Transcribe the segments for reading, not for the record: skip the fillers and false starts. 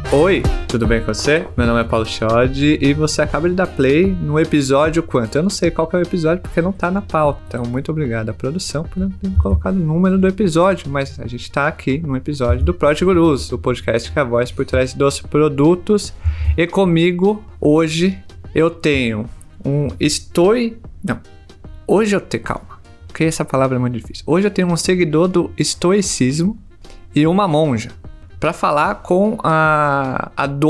Oi, tudo bem com você? Meu nome é Paulo Chiodi e você acaba de dar play no episódio quanto? Eu não sei qual que é o episódio porque não tá na pauta. Então, muito obrigado à produção por não ter colocado o número do episódio, mas a gente tá aqui no episódio do Product Gurus, o podcast que é a voz por trás dos produtos. E comigo, hoje, eu tenho calma, porque essa palavra é muito difícil. Hoje eu tenho um seguidor do estoicismo e uma monja para falar com a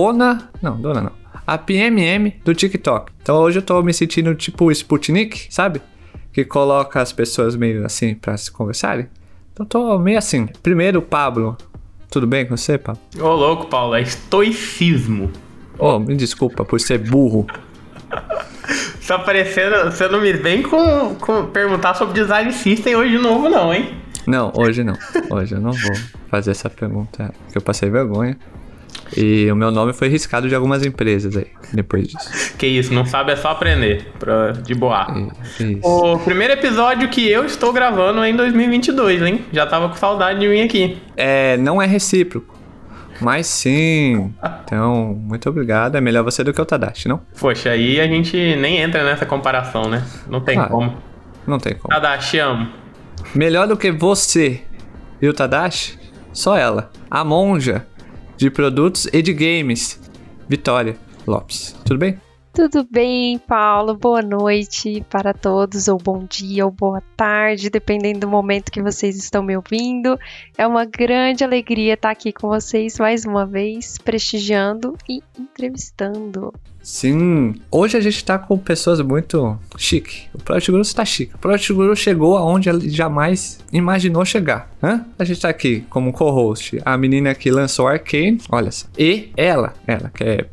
PMM do TikTok. Então hoje eu tô me sentindo tipo o Sputnik, sabe? Que coloca as pessoas meio assim para se conversarem. Então tô meio assim. Primeiro, Pablo. Tudo bem com você, Pablo? Ô, louco, Paulo, é estoicismo. Oh, me desculpa por ser burro. Só parecendo, você não me vem com perguntar sobre design system hoje de novo não, hein? Não, hoje não. Hoje eu não vou fazer essa pergunta, porque eu passei vergonha. E o meu nome foi riscado de algumas empresas aí, depois disso. Que isso, não sabe é só aprender, de boa. Isso. O primeiro episódio que eu estou gravando é em 2022, hein? Já tava com saudade de vir aqui. Não é recíproco, mas sim. Então, muito obrigado. É melhor você do que o Tadashi, não? Poxa, aí a gente nem entra nessa comparação, né? Não tem como. Não tem como. Tadashi, amo. Melhor do que você e o Tadashi, só ela. A monja de produtos e de games, Vitória Lopes. Tudo bem? Tudo bem, Paulo? Boa noite para todos, ou bom dia, ou boa tarde, dependendo do momento que vocês estão me ouvindo. É uma grande alegria estar aqui com vocês mais uma vez, prestigiando e entrevistando. Sim, hoje a gente tá com pessoas muito chique. O Product Guru está chique. O Product Guru chegou aonde ele jamais imaginou chegar. A gente tá aqui como co-host, a menina que lançou Arcane, olha só. E ela que é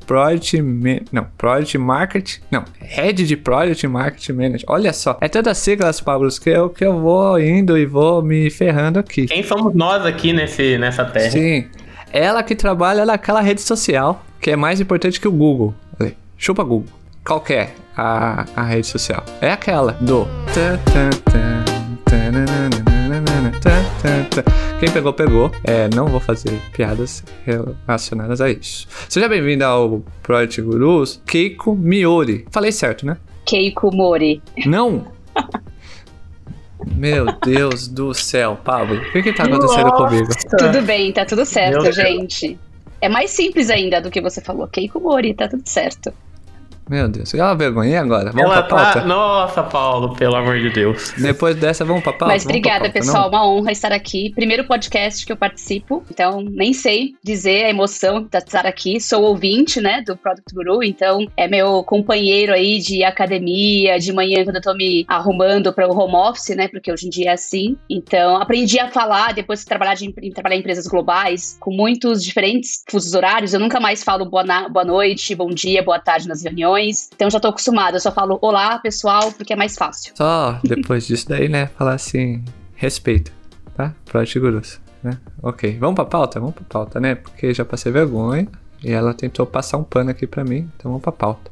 Head de Product Marketing Manager. Olha só, é tantas siglas, Pablo, que eu vou indo e vou me ferrando aqui. Quem somos nós aqui nessa terra? Sim, ela que trabalha naquela rede social que é mais importante que o Google. Chupa Google. Qual que é a rede social? É aquela do... Quem pegou, pegou. Não vou fazer piadas relacionadas a isso. Seja bem-vindo ao Product Gurus, Keiko Miori. Falei certo, né? Keiko Mori. Não! Meu Deus do céu, Pablo. O que tá acontecendo comigo? Tudo bem, tá tudo certo, gente. É mais simples ainda do que você falou. Keiko Mori, tá tudo certo. Meu Deus, é uma vergonha agora. Vamos pra pauta? Nossa, Paulo, pelo amor de Deus. Depois dessa, vamos pra pauta? Mas obrigada, pessoal. Uma honra estar aqui. Primeiro podcast que eu participo, então nem sei dizer a emoção de estar aqui. Sou ouvinte, né, do Product Guru, então é meu companheiro aí de academia, de manhã quando eu tô me arrumando para o home office, né, porque hoje em dia é assim. Então, aprendi a falar, depois de trabalhar em empresas globais, com muitos diferentes fusos horários, eu nunca mais falo boa noite, bom dia, boa tarde nas reuniões. Então já tô acostumada, eu só falo olá, pessoal, porque é mais fácil. Só depois disso daí, né, falar assim, respeito, tá? Product Gurus, né? Ok, vamos pra pauta, né? Porque já passei vergonha e ela tentou passar um pano aqui pra mim, então vamos pra pauta.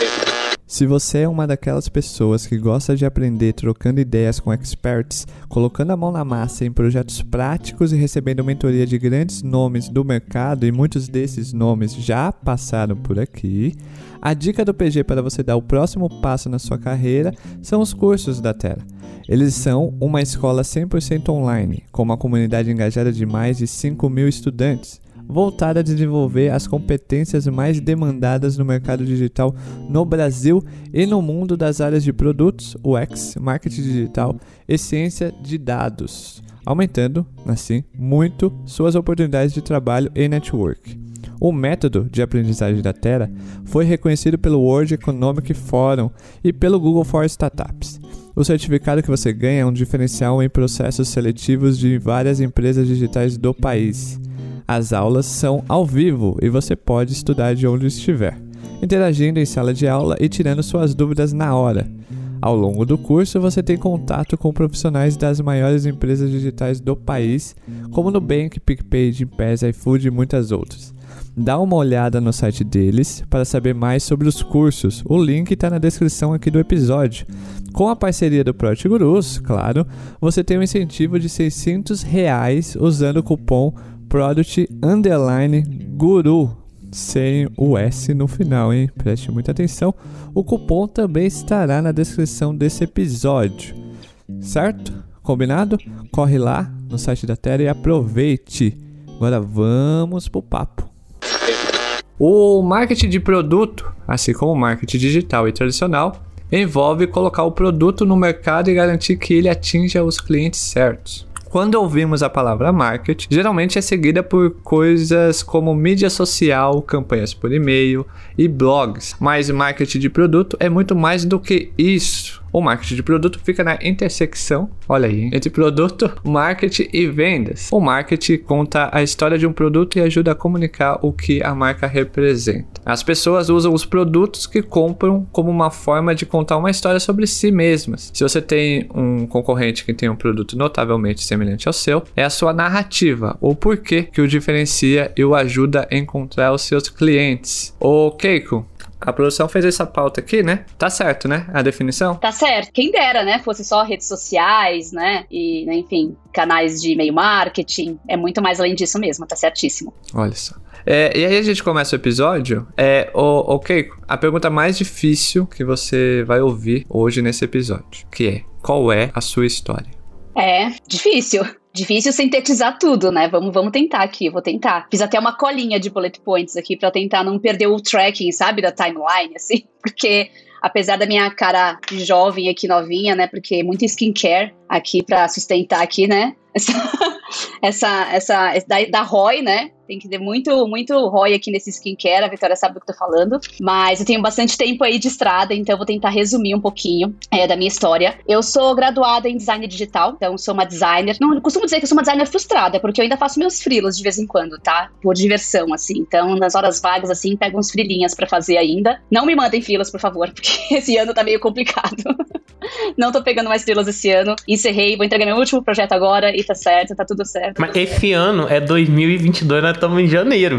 Se você é uma daquelas pessoas que gosta de aprender trocando ideias com experts, colocando a mão na massa em projetos práticos e recebendo mentoria de grandes nomes do mercado, e muitos desses nomes já passaram por aqui, a dica do PG para você dar o próximo passo na sua carreira são os cursos da Terra. Eles são uma escola 100% online, com uma comunidade engajada de mais de 5.000 estudantes, voltada a desenvolver as competências mais demandadas no mercado digital no Brasil e no mundo das áreas de produtos, UX, marketing digital e ciência de dados, aumentando, assim, muito suas oportunidades de trabalho e network. O método de aprendizagem da Terra foi reconhecido pelo World Economic Forum e pelo Google for Startups. O certificado que você ganha é um diferencial em processos seletivos de várias empresas digitais do país. As aulas são ao vivo e você pode estudar de onde estiver, interagindo em sala de aula e tirando suas dúvidas na hora. Ao longo do curso, você tem contato com profissionais das maiores empresas digitais do país, como Nubank, PicPay, Gympass, iFood e muitas outras. Dá uma olhada no site deles para saber mais sobre os cursos. O link está na descrição aqui do episódio. Com a parceria do Product Gurus, claro, você tem um incentivo de R$600 usando o cupom Product_Guru. sem o S no final, hein? Preste muita atenção. O cupom também estará na descrição desse episódio, certo? Combinado? Corre lá no site da Terra e aproveite. Agora vamos pro papo. O marketing de produto, assim como o marketing digital e tradicional, envolve colocar o produto no mercado e garantir que ele atinja os clientes certos. Quando ouvimos a palavra marketing, geralmente é seguida por coisas como mídia social, campanhas por e-mail e blogs. Mas o marketing de produto é muito mais do que isso. O marketing de produto fica na intersecção, olha aí, entre produto, marketing e vendas. O marketing conta a história de um produto e ajuda a comunicar o que a marca representa. As pessoas usam os produtos que compram como uma forma de contar uma história sobre si mesmas. Se você tem um concorrente que tem um produto notavelmente semelhante ao seu, é a sua narrativa, ou porquê que o diferencia e o ajuda a encontrar os seus clientes. Ô Keiko, a produção fez essa pauta aqui, né? Tá certo, né? A definição? Tá certo. Quem dera, né? Fosse só redes sociais, né? E, enfim, canais de e-mail marketing. É muito mais além disso mesmo, tá certíssimo. Olha só. E aí a gente começa o episódio. Ok, a pergunta mais difícil que você vai ouvir hoje nesse episódio, que é: qual é a sua história? É, difícil. Difícil sintetizar tudo, né? Vamos tentar aqui, eu vou tentar. Fiz até uma colinha de bullet points aqui pra tentar não perder o tracking, sabe? Da timeline, assim. Porque, apesar da minha cara de jovem aqui, novinha, né? Porque muito skincare aqui pra sustentar aqui, né? Da ROI, né? Tem que ter muito ROI aqui nesse skincare, a Vitória sabe do que eu tô falando. Mas eu tenho bastante tempo aí de estrada, então eu vou tentar resumir um pouquinho da minha história. Eu sou graduada em design digital, então sou uma designer. Não, eu costumo dizer que eu sou uma designer frustrada, porque eu ainda faço meus freelas de vez em quando, tá? Por diversão, assim. Então, nas horas vagas, assim, pego uns freelinhas pra fazer ainda. Não me mandem freelas, por favor, porque esse ano tá meio complicado. Não tô pegando mais freelas esse ano. Encerrei, vou entregar meu último projeto agora e tá certo, tá tudo certo. Mas esse ano é 2022, nós estamos em janeiro.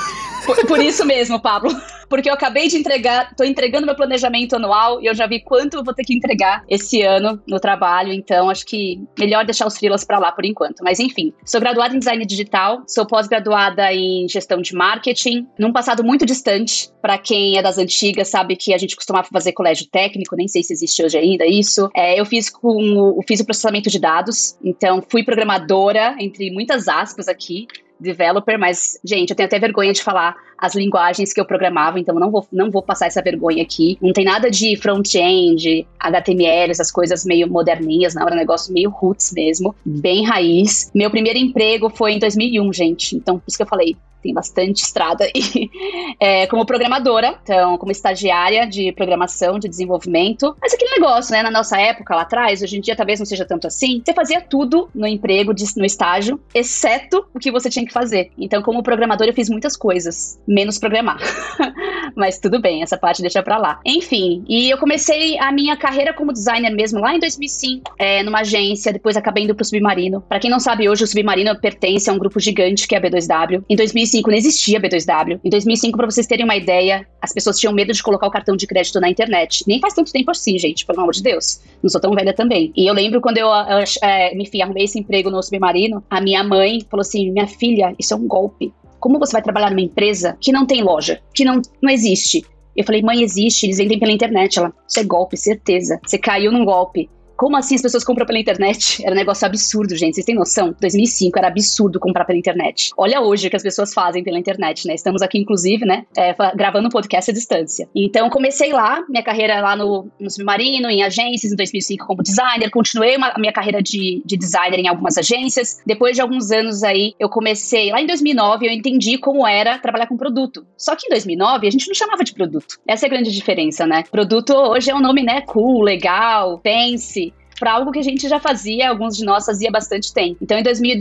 Por isso mesmo, Pablo. Porque eu acabei de entregar, tô entregando meu planejamento anual e eu já vi quanto eu vou ter que entregar esse ano no trabalho, então acho que melhor deixar os freelas pra lá por enquanto. Mas enfim, sou graduada em design digital, sou pós-graduada em gestão de marketing, num passado muito distante. Pra quem é das antigas sabe que a gente costumava fazer colégio técnico, nem sei se existe hoje ainda isso. Eu fiz o processamento de dados, então fui programadora, entre muitas aspas aqui, developer, mas, gente, eu tenho até vergonha de falar as linguagens que eu programava, então não vou passar essa vergonha aqui. Não tem nada de front-end, HTML, essas coisas meio moderninhas, não, era um negócio meio roots mesmo, bem raiz. Meu primeiro emprego foi em 2001, gente, então por isso que eu falei, tem bastante estrada aí, como programadora, então como estagiária de programação, de desenvolvimento, mas aquele negócio, né, na nossa época lá atrás, hoje em dia talvez não seja tanto assim, você fazia tudo no emprego, no estágio, exceto o que você tinha que fazer. Então como programadora eu fiz muitas coisas, menos programar, mas tudo bem, essa parte deixa pra lá. Enfim, e eu comecei a minha carreira como designer mesmo lá em 2005, numa agência, depois acabei indo pro Submarino. Pra quem não sabe, hoje o Submarino pertence a um grupo gigante que é a B2W. Em 2005 não existia B2W. Em 2005, pra vocês terem uma ideia, as pessoas tinham medo de colocar o cartão de crédito na internet. Nem faz tanto tempo assim, gente, pelo amor de Deus. Não sou tão velha também. E eu lembro quando eu enfim, arrumei esse emprego no Submarino, a minha mãe falou assim, minha filha, isso é um golpe. Como você vai trabalhar numa empresa que não tem loja, que não existe? Eu falei, mãe, existe, eles vendem pela internet. Ela, isso é golpe, certeza. Você caiu num golpe. Como assim as pessoas compram pela internet? Era um negócio absurdo, gente. Vocês têm noção? 2005 era absurdo comprar pela internet. Olha hoje o que as pessoas fazem pela internet, né? Estamos aqui, inclusive, né? Gravando um podcast à distância. Então, comecei lá, minha carreira lá no Submarino, em agências, em 2005 como designer. Continuei a minha carreira de designer em algumas agências. Depois de alguns anos aí, eu comecei... Lá em 2009, eu entendi como era trabalhar com produto. Só que em 2009, a gente não chamava de produto. Essa é a grande diferença, né? Produto hoje é um nome, né? Cool, legal, fancy... para algo que a gente já fazia, alguns de nós fazia bastante tempo. Então, em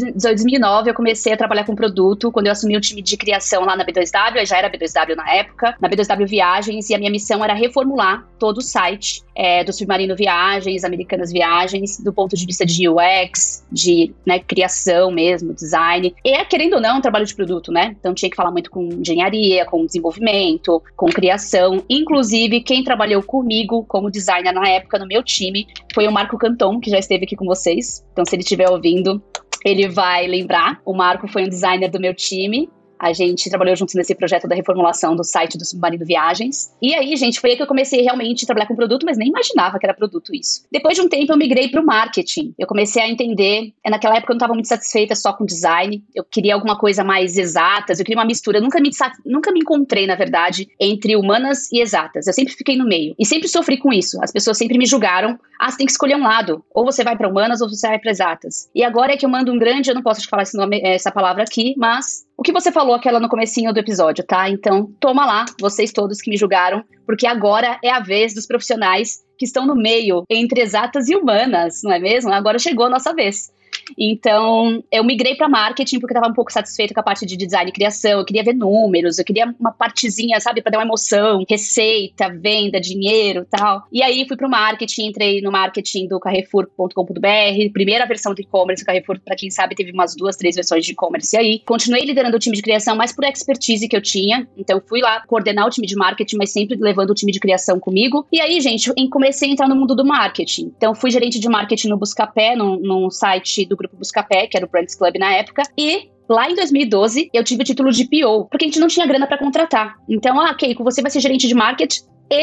2009, eu comecei a trabalhar com produto, quando eu assumi o time de criação lá na B2W, eu já era B2W na época, na B2W Viagens, e a minha missão era reformular todo o site do Submarino Viagens, Americanas Viagens, do ponto de vista de UX, de criação mesmo, design. E, querendo ou não, um trabalho de produto, né? Então, tinha que falar muito com engenharia, com desenvolvimento, com criação. Inclusive, quem trabalhou comigo como designer na época, no meu time, foi o Marco Canton, que já esteve aqui com vocês. Então, se ele estiver ouvindo, ele vai lembrar. O Marco foi um designer do meu time. A gente trabalhou juntos nesse projeto da reformulação do site do Submarino Viagens. E aí, gente, foi aí que eu comecei realmente a trabalhar com produto, mas nem imaginava que era produto isso. Depois de um tempo, eu migrei para o marketing. Eu comecei a entender, naquela época eu não estava muito satisfeita só com design, eu queria alguma coisa mais exatas, eu queria uma mistura. Eu nunca me encontrei, na verdade, entre humanas e exatas. Eu sempre fiquei no meio. E sempre sofri com isso. As pessoas sempre me julgaram. Você tem que escolher um lado. Ou você vai para humanas ou você vai para exatas. E agora é que eu mando um grande, eu não posso te falar essa palavra aqui, mas o que você falou aquela no comecinho do episódio, tá? Então, toma lá, vocês todos que me julgaram, porque agora é a vez dos profissionais que estão no meio entre exatas e humanas, não é mesmo? Agora chegou a nossa vez. Então, eu migrei para marketing porque eu estava um pouco satisfeita com a parte de design e criação, eu queria ver números, eu queria uma partezinha, sabe, para dar uma emoção, receita, venda, dinheiro e tal. E aí fui pro marketing, entrei no marketing do Carrefour.com.br, primeira versão do e-commerce. O Carrefour, para quem sabe, teve umas 2, 3 versões de e-commerce aí. Continuei liderando o time de criação, mas por expertise que eu tinha. Então, fui lá coordenar o time de marketing, mas sempre levando o time de criação comigo. E aí, gente, comecei a entrar no mundo do marketing. Então, fui gerente de marketing no Buscapé, num site do grupo Buscapé, que era o Brands Club na época, e lá em 2012 eu tive o título de PO, porque a gente não tinha grana para contratar. Então, Keiko, você vai ser gerente de marketing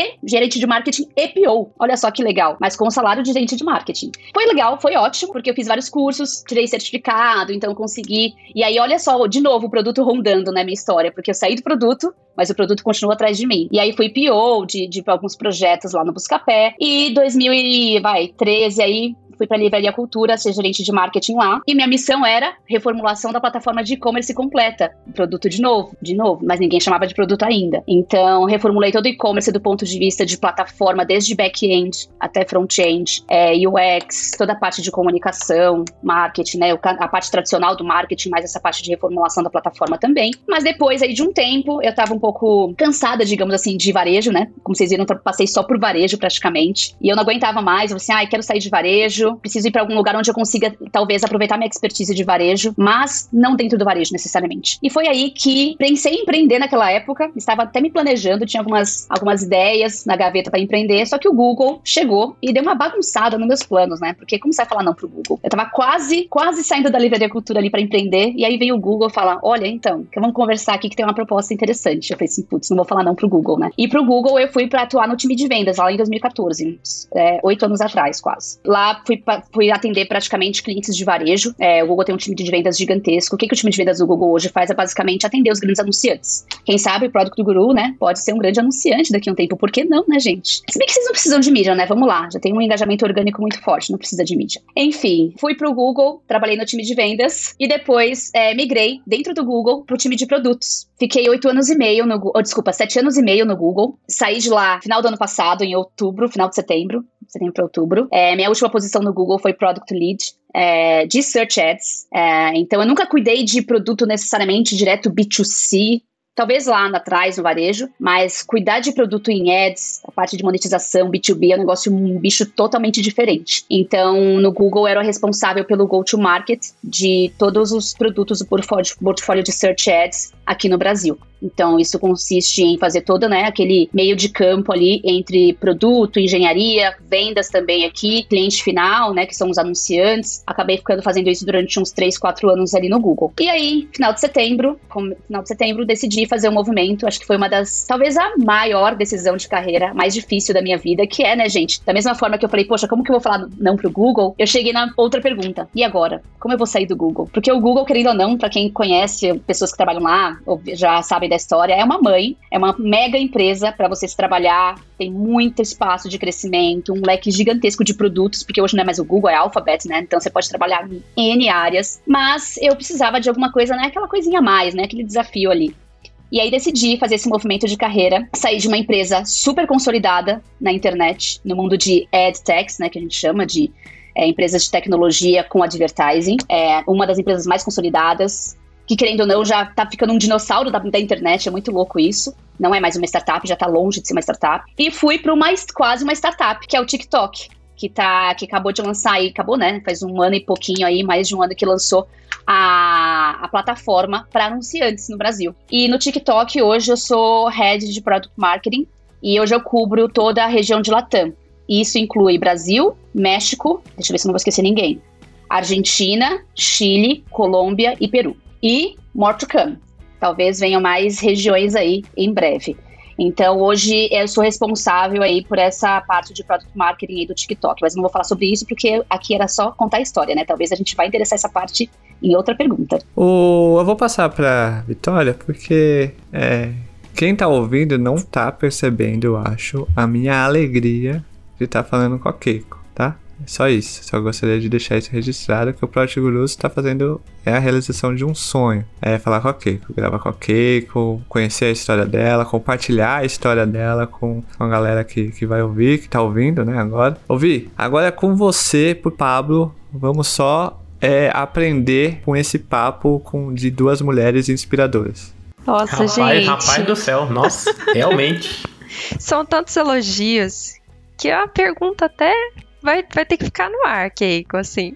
e PO. Olha só que legal, mas com o salário de gerente de marketing. Foi legal, foi ótimo, porque eu fiz vários cursos, tirei certificado, então consegui. E aí, olha só, de novo, o produto rondando na minha história, porque eu saí do produto, mas o produto continuou atrás de mim. E aí fui PO de alguns projetos lá no Buscapé. E 2013 aí, fui para a Livraria Cultura, ser gerente de marketing lá. E minha missão era reformulação da plataforma de e-commerce completa. Produto de novo, mas ninguém chamava de produto ainda. Então, reformulei todo o e-commerce do ponto de vista de plataforma, desde back-end até front-end, UX, toda a parte de comunicação, marketing, né? A parte tradicional do marketing, mais essa parte de reformulação da plataforma também. Mas depois aí de um tempo, eu tava um pouco cansada, digamos assim, de varejo, né? Como vocês viram, eu passei só por varejo praticamente. E eu não aguentava mais, eu falei assim, quero sair de varejo, preciso ir para algum lugar onde eu consiga, talvez, aproveitar minha expertise de varejo, mas não dentro do varejo, necessariamente. E foi aí que pensei em empreender naquela época, estava até me planejando, tinha algumas ideias na gaveta para empreender, só que o Google chegou e deu uma bagunçada nos meus planos, né? Porque como você vai falar não pro Google? Eu tava quase saindo da Livraria Cultura ali para empreender, e aí veio o Google falar, olha, então, vamos conversar aqui que tem uma proposta interessante. Eu falei assim, putz, não vou falar não pro Google, né? E pro Google eu fui para atuar no time de vendas, lá em 2014, 8 anos atrás, quase. Lá fui atender praticamente clientes de varejo. O Google tem um time de vendas gigantesco. O que o time de vendas do Google hoje faz é basicamente atender os grandes anunciantes. Quem sabe o Product Guru, né, pode ser um grande anunciante daqui a um tempo. Por que não, né, gente? Se bem que vocês não precisam de mídia, né? Vamos lá. Já tem um engajamento orgânico muito forte, não precisa de mídia. Enfim, fui pro Google, trabalhei no time de vendas e depois migrei dentro do Google pro time de produtos. Fiquei 7 anos e meio no Google. Saí de lá final do ano passado, em outubro, final de setembro para outubro. Minha última posição no Google foi Product Lead de Search Ads. Então, eu nunca cuidei de produto necessariamente direto B2C, talvez lá atrás no varejo, mas cuidar de produto em ads, a parte de monetização, B2B, é um bicho totalmente diferente. Então, no Google, eu era responsável pelo go-to-market de todos os produtos do portfólio de Search Ads aqui no Brasil. Então, isso consiste em fazer todo, né, aquele meio de campo ali entre produto, engenharia, vendas também aqui, cliente final, né, que são os anunciantes. Acabei fazendo isso durante uns 3, 4 anos ali no Google. E aí, final de setembro, decidi fazer um movimento, acho que foi talvez a maior decisão de carreira, mais difícil da minha vida, que né, gente, da mesma forma que eu falei, poxa, como que eu vou falar não pro Google? Eu cheguei na outra pergunta. E agora? Como eu vou sair do Google? Porque o Google, querendo ou não, pra quem conhece, pessoas que trabalham lá, ou já sabem da história, é uma mega empresa para você se trabalhar, tem muito espaço de crescimento, um leque gigantesco de produtos, porque hoje não é mais o Google, é a Alphabet, né? Então você pode trabalhar em N áreas, mas eu precisava de alguma coisa, né? Aquela coisinha a mais, né? Aquele desafio ali. E aí decidi fazer esse movimento de carreira, sair de uma empresa super consolidada na internet, no mundo de AdTechs, né? Que a gente chama de empresas de tecnologia com advertising, uma das empresas mais consolidadas, que querendo ou não já tá ficando um dinossauro da internet, é muito louco isso. Não é mais uma startup, já tá longe de ser uma startup. E fui para quase uma startup, que é o TikTok, que acabou de lançar aí, acabou, né? Faz 1 ano e pouquinho aí, mais de 1 ano que lançou a plataforma para anunciantes no Brasil. E no TikTok hoje eu sou Head de Product Marketing e hoje eu cubro toda a região de Latam. E isso inclui Brasil, México, deixa eu ver se eu não vou esquecer ninguém, Argentina, Chile, Colômbia e Peru. E more to come. Talvez venham mais regiões aí em breve. Então, hoje eu sou responsável aí por essa parte de Product Marketing aí do TikTok, mas não vou falar sobre isso porque aqui era só contar a história, né? Talvez a gente vai interessar essa parte em outra pergunta. Eu vou passar pra Vitória porque quem tá ouvindo não tá percebendo, eu acho, a minha alegria de estar falando com a Keiko, tá? É só isso, só gostaria de deixar isso registrado, que o Product Gurus está fazendo a realização de um sonho. É falar com a Keiko, gravar com a Keiko, conhecer a história dela, compartilhar a história dela com a galera que vai ouvir, que tá ouvindo, né, agora. Agora é com você, pro Pablo, vamos só aprender com esse papo de duas mulheres inspiradoras. Nossa, gente. Rapaz do céu, nossa, realmente. São tantos elogios que a pergunta até... Vai ter que ficar no ar, Keiko, assim.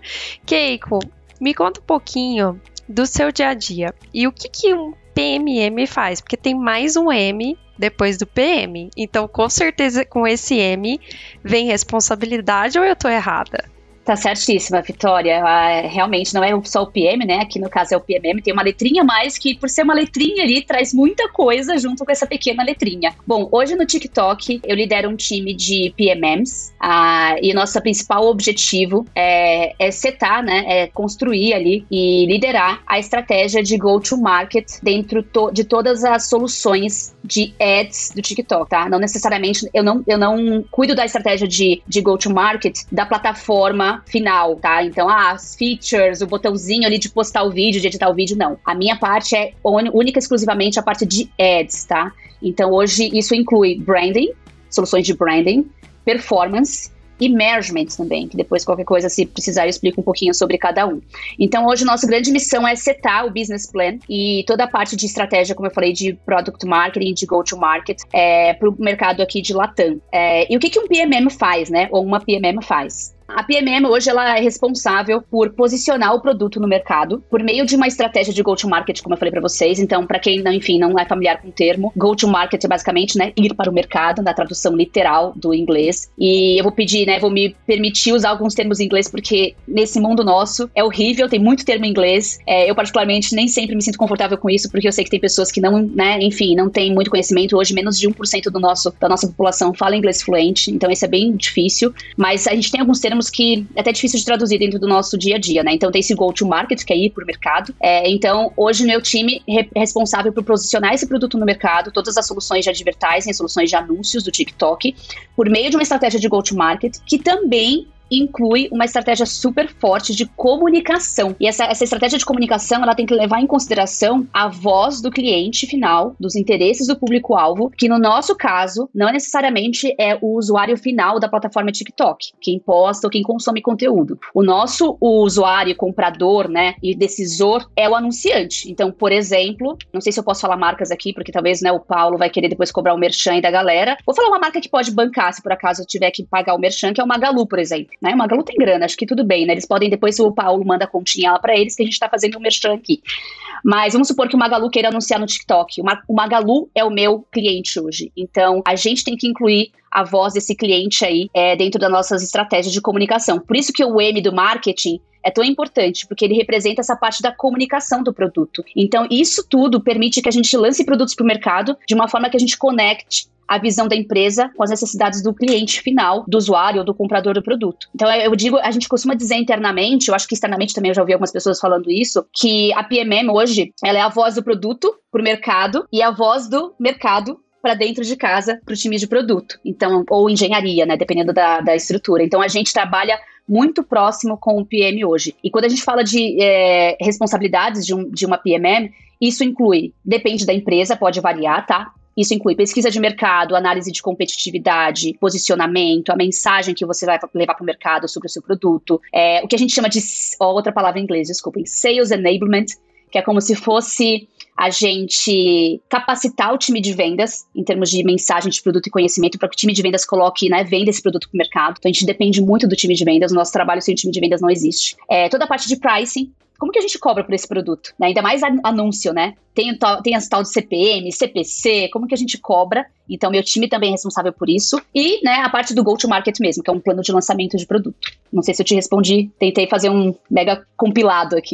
Keiko, me conta um pouquinho do seu dia a dia. E o que um PMM faz? Porque tem mais um M depois do PM. Então, com certeza, com esse M vem responsabilidade, ou eu tô errada? Tá certíssima, Vitória. Realmente não é só o PM, né? Aqui no caso é o PMM, tem uma letrinha a mais que, por ser uma letrinha ali, traz muita coisa junto com essa pequena letrinha. Bom, hoje no TikTok eu lidero um time de PMMs e nosso principal objetivo é setar, né? É construir ali e liderar a estratégia de go-to-market dentro de todas as soluções de ads do TikTok, tá? Não necessariamente, eu não cuido da estratégia de go-to-market da plataforma final, tá? Então, as features, o botãozinho ali de postar o vídeo, de editar o vídeo, não. A minha parte é única e exclusivamente a parte de ads, tá? Então, hoje isso inclui branding, soluções de branding, performance e management também, que depois qualquer coisa, se precisar, eu explico um pouquinho sobre cada um. Então, hoje, nossa grande missão é setar o business plan e toda a parte de estratégia, como eu falei, de product marketing, de go-to-market, para o mercado aqui de Latam. E o que um PMM faz, né? Ou uma PMM faz? A PMM hoje ela é responsável por posicionar o produto no mercado por meio de uma estratégia de go-to-market, como eu falei para vocês. Então, para quem não é familiar com o termo, go-to-market é basicamente, né, ir para o mercado, na tradução literal do inglês. E eu vou pedir, né, vou me permitir usar alguns termos em inglês porque nesse mundo nosso é horrível, tem muito termo em inglês. Eu particularmente nem sempre me sinto confortável com isso porque eu sei que tem pessoas que não, né, enfim, não têm muito conhecimento. Hoje menos de 1% da nossa população fala inglês fluente, então isso é bem difícil. Mas a gente tem alguns termos que é até difícil de traduzir dentro do nosso dia a dia, né? Então tem esse go-to-market, que é ir pro mercado. Então, hoje meu time é responsável por posicionar esse produto no mercado, todas as soluções de advertising, soluções de anúncios do TikTok, por meio de uma estratégia de go-to-market, que também inclui uma estratégia super forte de comunicação. E essa estratégia de comunicação, ela tem que levar em consideração a voz do cliente final, dos interesses do público-alvo, que no nosso caso, não necessariamente é o usuário final da plataforma TikTok, quem posta ou quem consome conteúdo. O usuário, comprador, né, e decisor é o anunciante. Então, por exemplo, não sei se eu posso falar marcas aqui, porque talvez, né, o Paulo vai querer depois cobrar o merchan da galera. Vou falar uma marca que pode bancar, se por acaso eu tiver que pagar o merchan, que é o Magalu, por exemplo. Né? O Magalu tem grana, acho que tudo bem, né? Eles podem depois, o Paulo manda a continha lá pra eles, que a gente tá fazendo um merchan aqui. Mas vamos supor que o Magalu queira anunciar no TikTok. O Magalu é o meu cliente hoje. Então, a gente tem que incluir a voz desse cliente aí dentro das nossas estratégias de comunicação. Por isso que o M do marketing é tão importante, porque ele representa essa parte da comunicação do produto. Então, isso tudo permite que a gente lance produtos para o mercado de uma forma que a gente conecte a visão da empresa com as necessidades do cliente final, do usuário ou do comprador do produto. Então, eu digo, a gente costuma dizer internamente, eu acho que externamente também eu já ouvi algumas pessoas falando isso, que a PMM hoje, ela é a voz do produto para o mercado e a voz do mercado para dentro de casa, para o time de produto. Então, ou engenharia, né, dependendo da estrutura. Então, a gente trabalha muito próximo com o PM hoje. E quando a gente fala de responsabilidades de uma PMM, isso inclui, depende da empresa, pode variar, tá? Isso inclui pesquisa de mercado, análise de competitividade, posicionamento, a mensagem que você vai levar para o mercado sobre o seu produto. O que a gente chama de, outra palavra em inglês, desculpem, Sales Enablement, que é como se fosse a gente capacitar o time de vendas em termos de mensagem de produto e conhecimento para que o time de vendas coloque, né, venda esse produto para o mercado. Então a gente depende muito do time de vendas, o nosso trabalho sem o time de vendas não existe. Toda a parte de pricing, como que a gente cobra por esse produto? Né? Ainda mais anúncio, né? Tem as tal de CPM, CPC, como que a gente cobra? Então, meu time também é responsável por isso. E, né, a parte do go-to-market mesmo, que é um plano de lançamento de produto. Não sei se eu te respondi, tentei fazer um mega compilado aqui.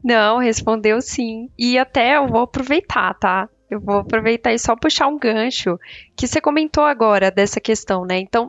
Não, respondeu sim. E até eu vou aproveitar, tá? Eu vou aproveitar e só puxar um gancho que você comentou agora dessa questão, né? Então,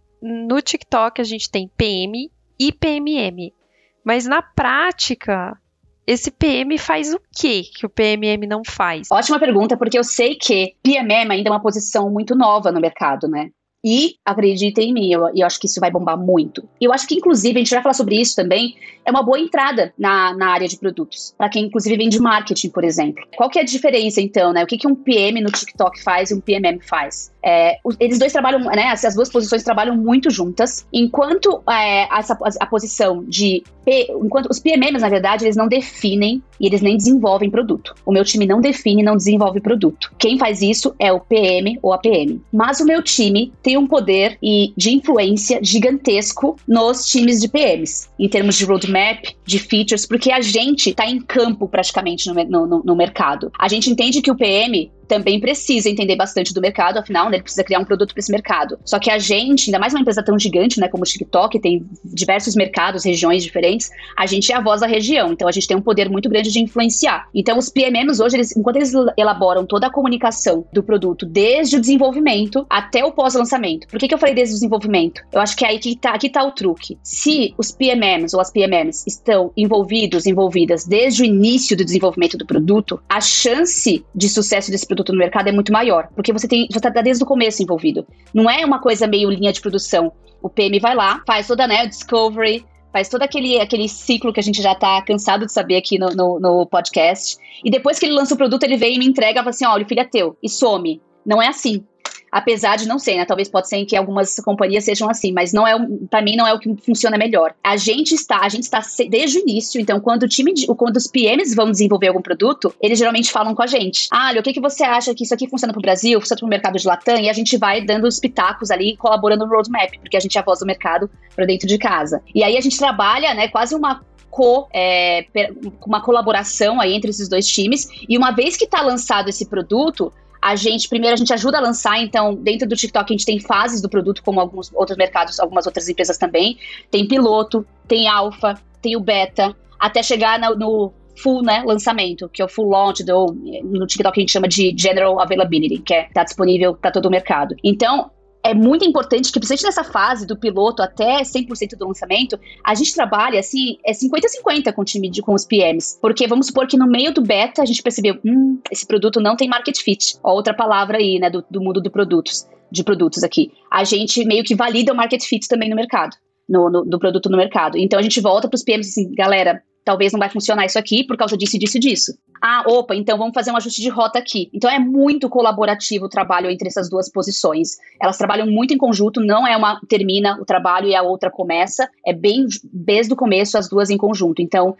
no TikTok a gente tem PM e PMM. Mas na prática, esse PM faz o quê que o PMM não faz? Ótima pergunta, porque eu sei que PMM ainda é uma posição muito nova no mercado, né? E acreditem em mim, eu acho que isso vai bombar muito. E eu acho que, inclusive, a gente vai falar sobre isso também, é uma boa entrada na área de produtos. Para quem, inclusive, vende marketing, por exemplo. Qual que é a diferença, então, né? O que um PM no TikTok faz e um PMM faz? Eles dois trabalham, né? As duas posições trabalham muito juntas. Enquanto a posição de... Enquanto os PMMs, na verdade, eles não definem e eles nem desenvolvem produto. O meu time não define e não desenvolve produto. Quem faz isso é o PM ou a PM. Mas o meu time tem um poder de influência gigantesco nos times de PMs, em termos de roadmap, de features, porque a gente está em campo praticamente no mercado. A gente entende que o PM também precisa entender bastante do mercado, afinal, né, ele precisa criar um produto para esse mercado. Só que a gente, ainda mais uma empresa tão gigante, né, como o TikTok, tem diversos mercados, regiões diferentes, a gente é a voz da região, então a gente tem um poder muito grande de influenciar. Então os PMMs hoje, enquanto eles elaboram toda a comunicação do produto, desde o desenvolvimento até o pós-lançamento. Por que eu falei desde o desenvolvimento? Eu acho que aqui tá o truque. Se os PMMs ou as PMMs estão envolvidas desde o início do desenvolvimento do produto, a chance de sucesso desse produto no mercado é muito maior, porque você tá desde o começo envolvido. Não é uma coisa meio linha de produção. O PM vai lá, faz toda, né, o discovery, faz todo aquele ciclo que a gente já tá cansado de saber aqui no podcast, e depois que ele lança o produto, ele vem e me entrega e fala assim, olha, o filho é teu, e some. Não é assim. Apesar de não ser, né? Talvez pode ser que algumas companhias sejam assim, mas pra mim não é o que funciona melhor. A gente está desde o início, então quando os PMs vão desenvolver algum produto, eles geralmente falam com a gente. Olha, o que você acha que isso aqui funciona pro Brasil, funciona pro mercado de Latam? E a gente vai dando os pitacos ali, colaborando no roadmap, porque a gente é a voz do mercado pra dentro de casa. E aí a gente trabalha, né, quase uma colaboração aí entre esses dois times, e uma vez que tá lançado esse produto, primeiro a gente ajuda a lançar, então dentro do TikTok a gente tem fases do produto, como alguns outros mercados, algumas outras empresas também, tem piloto, tem alfa, tem o beta, até chegar no full, né, lançamento, que é o full launch, no TikTok a gente chama de general availability, que tá disponível para todo o mercado. Então, é muito importante que, principalmente nessa fase do piloto até 100% do lançamento, a gente trabalha, assim, 50-50 com os PMs. Porque vamos supor que no meio do beta a gente percebeu, esse produto não tem market fit. Ó, outra palavra aí, né, do mundo de produtos aqui. A gente meio que valida o market fit também no mercado, do produto no mercado. Então a gente volta para os PMs assim, galera, talvez não vai funcionar isso aqui por causa disso e disso e disso. Então vamos fazer um ajuste de rota aqui. Então é muito colaborativo o trabalho entre essas duas posições. Elas trabalham muito em conjunto, não é uma termina o trabalho e a outra começa, é bem desde o começo as duas em conjunto. Então,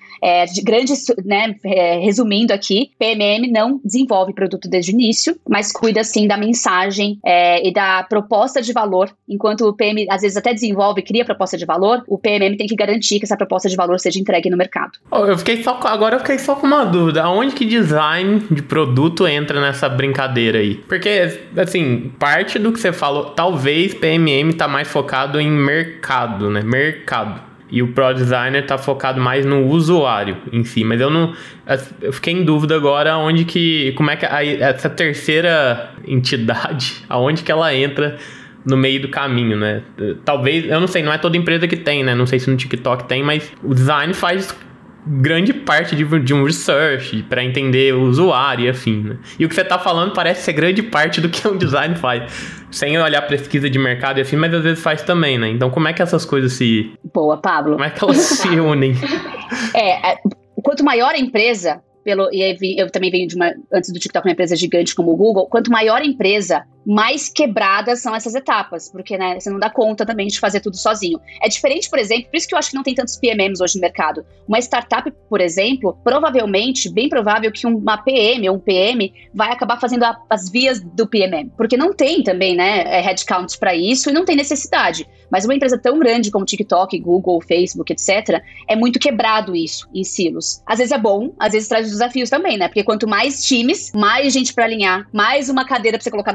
resumindo aqui, PMM não desenvolve produto desde o início, mas cuida sim da mensagem e da proposta de valor. Enquanto o PM às vezes até desenvolve, cria proposta de valor, o PMM tem que garantir que essa proposta de valor seja entregue no mercado. Agora eu fiquei só com uma dúvida. Aonde que design de produto entra nessa brincadeira aí? Porque, assim, parte do que você falou, talvez PMM tá mais focado em mercado, né? E o Pro Designer tá focado mais no usuário em si. Mas eu fiquei em dúvida agora como é que essa terceira entidade, aonde que ela entra no meio do caminho, né? Talvez, eu não sei, não é toda empresa que tem, né? Não sei se no TikTok tem, mas o design faz grande parte de um research para entender o usuário e afim, né? E o que você tá falando parece ser grande parte do que um design faz, sem olhar pesquisa de mercado e afim, mas às vezes faz também, né? Então como é que essas coisas se... Boa, Pablo. Como é que elas se unem? Quanto maior a empresa, eu também venho antes do TikTok, uma empresa gigante como o Google, quanto maior a empresa, mais quebradas são essas etapas, porque, né, você não dá conta também de fazer tudo sozinho. É diferente, por exemplo, por isso que eu acho que não tem tantos PMMs hoje no mercado. Uma startup, por exemplo, provavelmente, bem provável que uma PM ou um PM vai acabar fazendo as vias do PMM, porque não tem também, né, headcount para isso e não tem necessidade. Mas uma empresa tão grande como TikTok, Google, Facebook, etc., é muito quebrado isso em silos. Às vezes é bom, às vezes traz desafios também, né? Porque quanto mais times, mais gente para alinhar, mais uma cadeira para você colocar na reunião,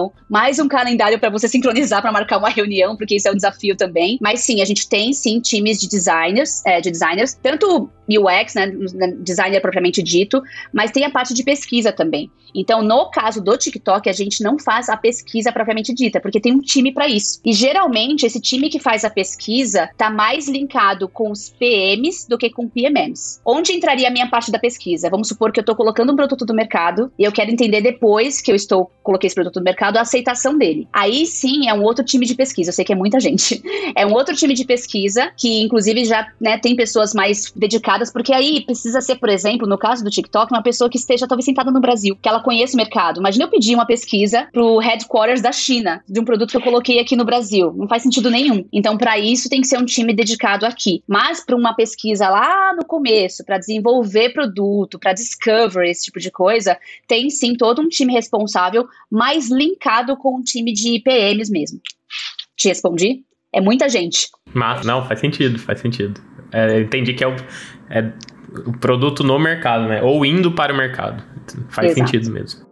reunião, mais um calendário para você sincronizar para marcar uma reunião, porque isso é um desafio também. Mas sim, a gente tem sim times de designers, tanto UX, né, designer propriamente dito, mas tem a parte de pesquisa também. Então, no caso do TikTok, a gente não faz a pesquisa propriamente dita, porque tem um time para isso. E geralmente, esse time que faz a pesquisa tá mais linkado com os PMs do que com PMMs. Onde entraria a minha parte da pesquisa? Vamos supor que eu estou colocando um produto no mercado e eu quero entender depois que coloquei esse produto no mercado, a aceitação dele. Aí sim, é um outro time de pesquisa. Eu sei que é muita gente. É um outro time de pesquisa que, inclusive, já, né, tem pessoas mais dedicadas, porque aí precisa ser, por exemplo, no caso do TikTok, uma pessoa que esteja talvez sentada no Brasil, que ela conheça o mercado. Imagina eu pedir uma pesquisa pro headquarters da China, de um produto que eu coloquei aqui no Brasil. Não faz sentido nenhum. Então, para isso, tem que ser um time dedicado aqui. Mas para uma pesquisa lá no começo, para desenvolver produto, para discovery, esse tipo de coisa, tem sim todo um time responsável, mais linkado com um time de PMs mesmo. Te respondi? É muita gente. Mas, não, faz sentido. Entendi que é o produto no mercado, né? Ou indo para o mercado. Faz Exato. sentido mesmo.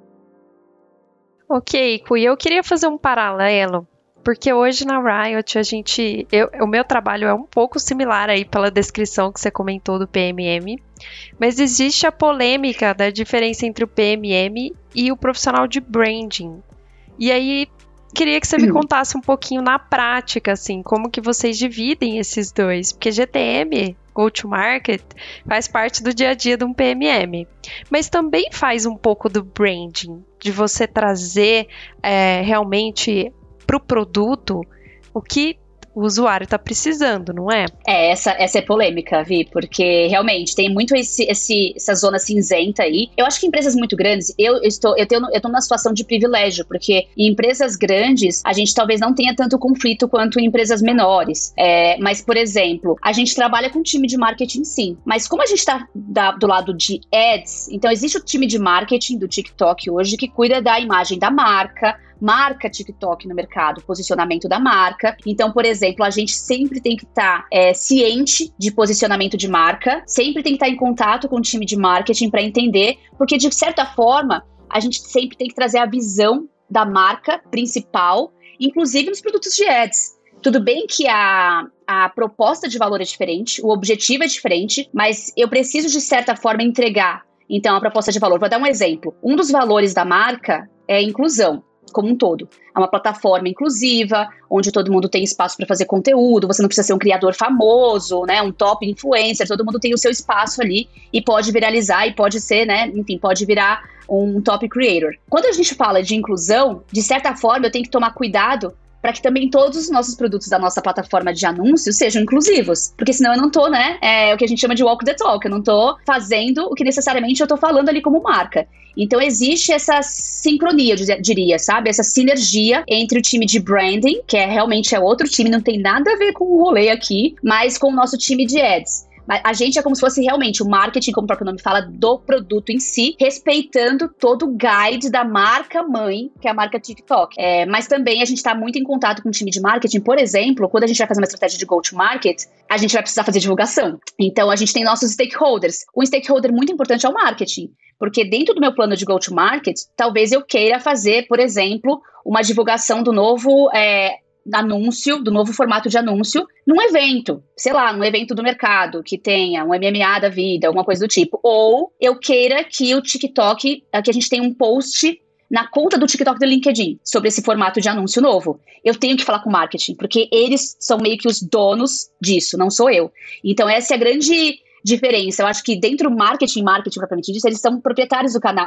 Ok, Cui, eu queria fazer um paralelo, porque hoje na Riot o meu trabalho é um pouco similar aí pela descrição que você comentou do PMM, mas existe a polêmica da diferença entre o PMM e o profissional de branding. E aí, queria que você me contasse um pouquinho na prática, assim, como que vocês dividem esses dois, porque GTM, Go-to-Market, faz parte do dia a dia de um PMM, mas também faz um pouco do branding, de você trazer realmente para o produto o que o usuário está precisando, não é? Essa é polêmica, Vi, porque realmente tem muito essa zona cinzenta aí. Eu acho que empresas muito grandes, eu tô numa situação de privilégio, porque em empresas grandes, a gente talvez não tenha tanto conflito quanto em empresas menores. Mas, por exemplo, a gente trabalha com time de marketing sim, mas como a gente está do lado de ads, então existe o time de marketing do TikTok hoje que cuida da imagem da marca TikTok no mercado, posicionamento da marca. Então, por exemplo, a gente sempre tem que estar ciente de posicionamento de marca, sempre tem que estar em contato com o time de marketing para entender, porque de certa forma, a gente sempre tem que trazer a visão da marca principal, inclusive nos produtos de ads. Tudo bem que a proposta de valor é diferente, o objetivo é diferente, mas eu preciso de certa forma entregar, então, a proposta de valor. Vou dar um exemplo. Um dos valores da marca é a inclusão, como um todo. É uma plataforma inclusiva, onde todo mundo tem espaço para fazer conteúdo, você não precisa ser um criador famoso, né, um top influencer, todo mundo tem o seu espaço ali e pode viralizar e pode ser, né, enfim, pode virar um top creator. Quando a gente fala de inclusão, de certa forma eu tenho que tomar cuidado para que também todos os nossos produtos da nossa plataforma de anúncios sejam inclusivos. Porque senão eu não tô, né, o que a gente chama de walk the talk, eu não tô fazendo o que necessariamente eu tô falando ali como marca. Então existe essa sincronia, eu diria, sabe? Essa sinergia entre o time de branding, que realmente é outro time, não tem nada a ver com o rolê aqui, mas com o nosso time de ads. A gente é como se fosse realmente o marketing, como o próprio nome fala, do produto em si, respeitando todo o guide da marca mãe, que é a marca TikTok. Mas também a gente está muito em contato com o time de marketing. Por exemplo, quando a gente vai fazer uma estratégia de go-to-market, a gente vai precisar fazer divulgação. Então, a gente tem nossos stakeholders. Um stakeholder muito importante é o marketing, porque dentro do meu plano de go-to-market, talvez eu queira fazer, por exemplo, uma divulgação do novo anúncio, do novo formato de anúncio, num evento, sei lá, num evento do mercado, que tenha um MMA da vida, alguma coisa do tipo. Ou eu queira que o TikTok, que a gente tenha um post na conta do TikTok do LinkedIn sobre esse formato de anúncio novo. Eu tenho que falar com o marketing, porque eles são meio que os donos disso, não sou eu. Então essa é a grande diferença. Eu acho que dentro do marketing propriamente disso, eles são proprietários do canal,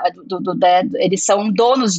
eles são donos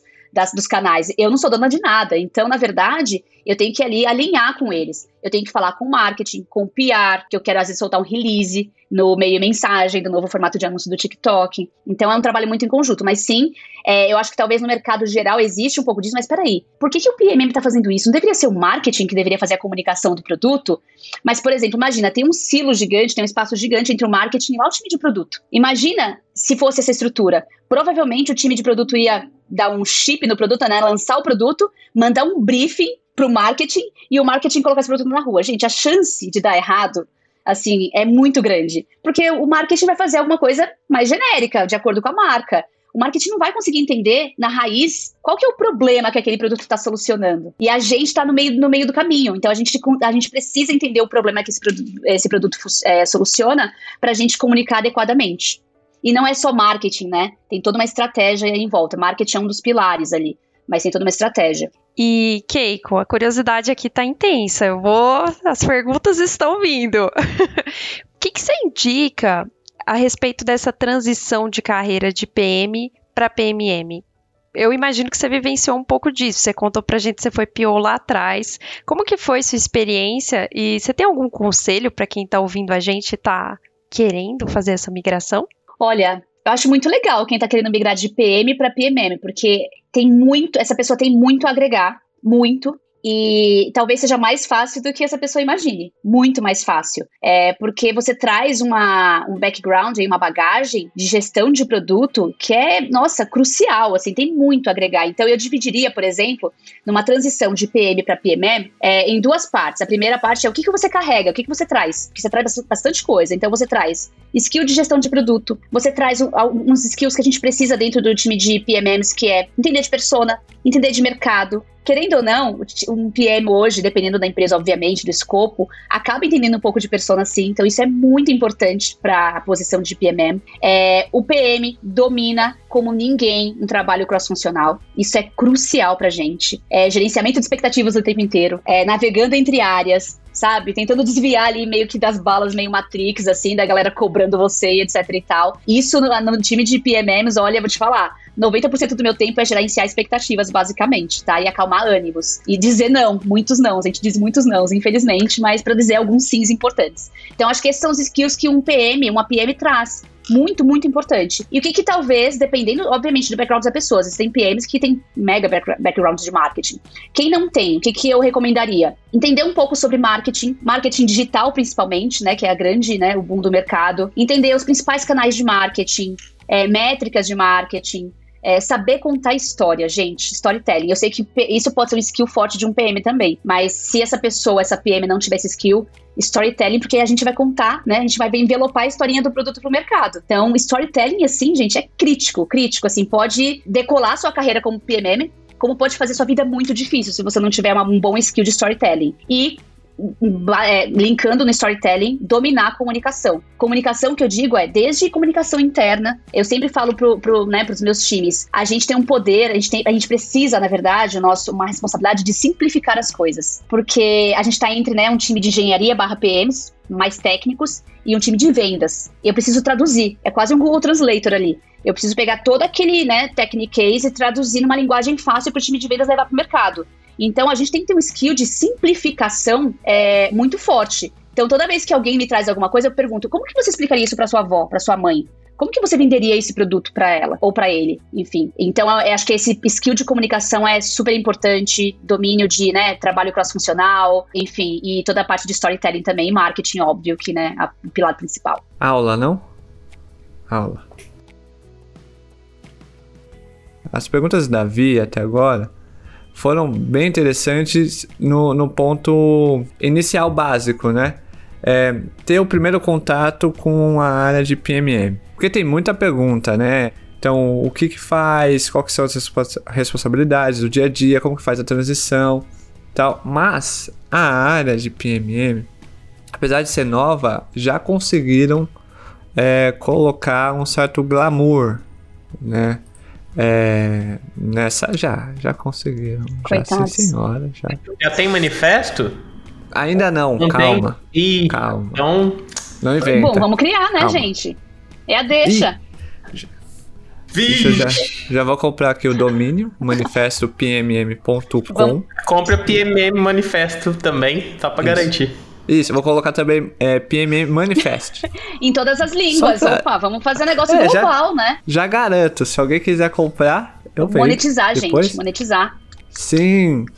dos canais. Eu não sou dona de nada. Então, na verdade, eu tenho que ali alinhar com eles. Eu tenho que falar com o marketing, com o PR, que eu quero às vezes soltar um release no meio mensagem do novo formato de anúncio do TikTok. Então, é um trabalho muito em conjunto. Mas sim, eu acho que talvez no mercado geral existe um pouco disso, mas peraí, por que o PMM está fazendo isso? Não deveria ser o marketing que deveria fazer a comunicação do produto? Mas, por exemplo, imagina, tem um silo gigante, tem um espaço gigante entre o marketing e o time de produto. Imagina se fosse essa estrutura. Provavelmente o time de produto ia dar um chip no produto, né? Lançar o produto, mandar um briefing pro marketing e o marketing colocar esse produto na rua. Gente, a chance de dar errado, assim, é muito grande. Porque o marketing vai fazer alguma coisa mais genérica, de acordo com a marca. o marketing não vai conseguir entender na raiz qual que é o problema que aquele produto está solucionando. E a gente está no meio do caminho. Então, a gente precisa entender o problema que esse produto soluciona para a gente comunicar adequadamente. E não é só marketing, né? Tem toda uma estratégia aí em volta. Marketing é um dos pilares ali, mas tem toda uma estratégia. E, Keiko, a curiosidade aqui tá intensa. As perguntas estão vindo. O que você indica a respeito dessa transição de carreira de PM para PMM? Eu imagino que você vivenciou um pouco disso. Você contou pra gente que você foi PO lá atrás. Como que foi sua experiência? E você tem algum conselho para quem tá ouvindo a gente e tá querendo fazer essa migração? Olha, eu acho muito legal quem tá querendo migrar de PM para PMM, porque essa pessoa tem muito a agregar, muito. E talvez seja mais fácil do que essa pessoa imagine. Muito mais fácil. Porque você traz um background, uma bagagem de gestão de produto que é, nossa, crucial, assim, tem muito a agregar. Então, eu dividiria, por exemplo, numa transição de PM para PMM, em duas partes. A primeira parte é o que você carrega, o que você traz. Porque você traz bastante coisa. Então, você traz skill de gestão de produto, você traz alguns skills que a gente precisa dentro do time de PMMs, que é entender de persona, entender de mercado. Querendo ou não, um PM hoje, dependendo da empresa, obviamente, do escopo, acaba entendendo um pouco de persona, sim. Então, isso é muito importante para a posição de PMM. O PM domina como ninguém um trabalho cross-funcional. Isso é crucial para a gente. Gerenciamento de expectativas o tempo inteiro. Navegando entre áreas, sabe? Tentando desviar ali meio que das balas meio Matrix, assim, da galera cobrando você e etc e tal. Isso no time de PMMs, olha, vou te falar, 90% do meu tempo é gerenciar expectativas, basicamente, tá? E acalmar ânimos. E dizer não, muitos não. A gente diz muitos não, infelizmente, mas para dizer alguns sims importantes. Então, acho que esses são os skills que uma PM traz. Muito, muito importante. E o que talvez, dependendo, obviamente, do background das pessoas, existem PMs que têm mega background de marketing. Quem não tem, o que eu recomendaria? Entender um pouco sobre marketing digital principalmente, né, que é a grande, né, o boom do mercado. Entender os principais canais de marketing, métricas de marketing, saber contar história, gente, storytelling. Eu sei que isso pode ser um skill forte de um PM também, mas se essa PM não tiver esse skill, storytelling, porque a gente vai contar, né, a gente vai envelopar a historinha do produto pro mercado. Então, storytelling, assim, gente, é crítico, assim, pode decolar sua carreira como PMM, como pode fazer sua vida muito difícil se você não tiver um bom skill de storytelling. E linkando no storytelling, dominar a comunicação. Comunicação que eu digo desde comunicação interna. Eu sempre falo pros meus times, a gente tem um poder, a gente precisa, na verdade, uma responsabilidade de simplificar as coisas. Porque a gente tá entre, né, um time de engenharia /PMs, mais técnicos, e um time de vendas. Eu preciso traduzir. É quase um Google Translator ali. Eu preciso pegar todo aquele, né, technique e traduzir numa linguagem fácil para o time de vendas levar pro mercado. Então, a gente tem que ter um skill de simplificação muito forte. Então, toda vez que alguém me traz alguma coisa, eu pergunto, como que você explicaria isso para sua avó, para sua mãe? Como que você venderia esse produto para ela ou para ele? Enfim, então eu acho que esse skill de comunicação é super importante, domínio de, né, trabalho cross-funcional, enfim, e toda a parte de storytelling também, e marketing, óbvio, que, né, o pilar principal. Aula, não? Aula. As perguntas da Vi até agora foram bem interessantes no ponto inicial básico, né? Ter o primeiro contato com a área de PMM. Porque tem muita pergunta, né? Então, o que faz, quais são as responsabilidades do dia a dia, como que faz a transição, tal. Mas a área de PMM, apesar de ser nova, já conseguiram colocar um certo glamour, né? Nessa já conseguiram. Coitados. Já, sim, senhora. Já tem manifesto? Ainda não, calma. Tem? Calma. Então, não inventa. Bom, vamos criar, né, Calma. gente? É a deixa. Eu já vou comprar aqui o domínio, manifestopmm.com. Compra PMM Manifesto também, só pra garantir. Isso, vou colocar também PMM Manifest. Em todas as línguas. Opa, vamos fazer um negócio global, né? Já garanto, se alguém quiser comprar, eu vejo. Monetizar, depois. gente, monetizar. Sim.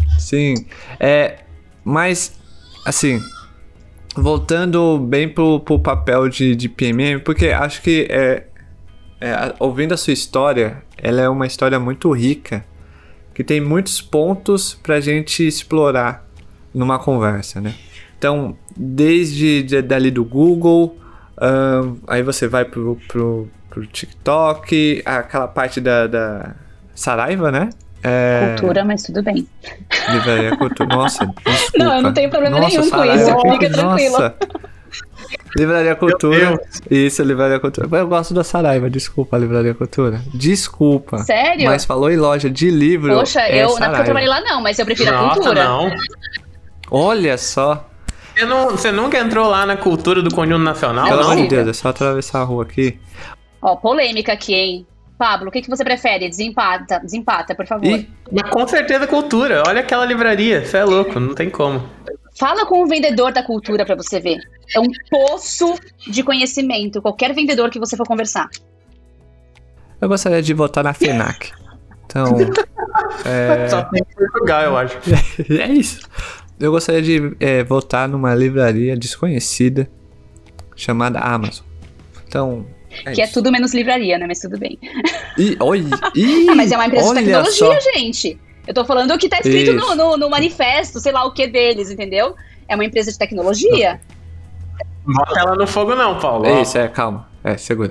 Mas, assim, voltando bem pro papel de PMM, porque acho que ouvindo a sua história, ela é uma história muito rica, que tem muitos pontos pra gente explorar numa conversa, né? Então, desde dali do Google, aí você vai pro pro TikTok, aquela parte da Saraiva, né? Cultura, mas tudo bem. Livraria Cultura. Nossa, desculpa. Não, eu não tenho problema nenhum Saraiva, com isso. Fica tranquilo. Nossa. Livraria Cultura. Isso, Livraria Cultura. Eu gosto da Saraiva, desculpa, Livraria Cultura. Desculpa. Sério? Mas falou em loja de livro. Poxa, não é porque eu trabalhei lá não, mas eu prefiro a cultura. Não. Olha só. Você nunca entrou lá na cultura do Conjunto Nacional, Pelo não? amor de Deus, é só atravessar a rua aqui. Ó, polêmica aqui, hein? Pablo, o que você prefere? Desempata, por favor. Mas com certeza cultura. Olha aquela livraria. Você é louco, não tem como. Fala com o vendedor da cultura pra você ver. É um poço de conhecimento. Qualquer vendedor que você for conversar. Eu gostaria de votar na FENAC. Então. Só tem em Portugal, eu acho. É isso. Eu gostaria de votar numa livraria desconhecida chamada Amazon. Então. Que é tudo menos livraria, né? Mas tudo bem. Mas é uma empresa de tecnologia, só. Gente. Eu tô falando o que tá escrito no manifesto, sei lá o que deles, entendeu? É uma empresa de tecnologia. Não bota ela no fogo não, Paulo. É isso, calma. Segura.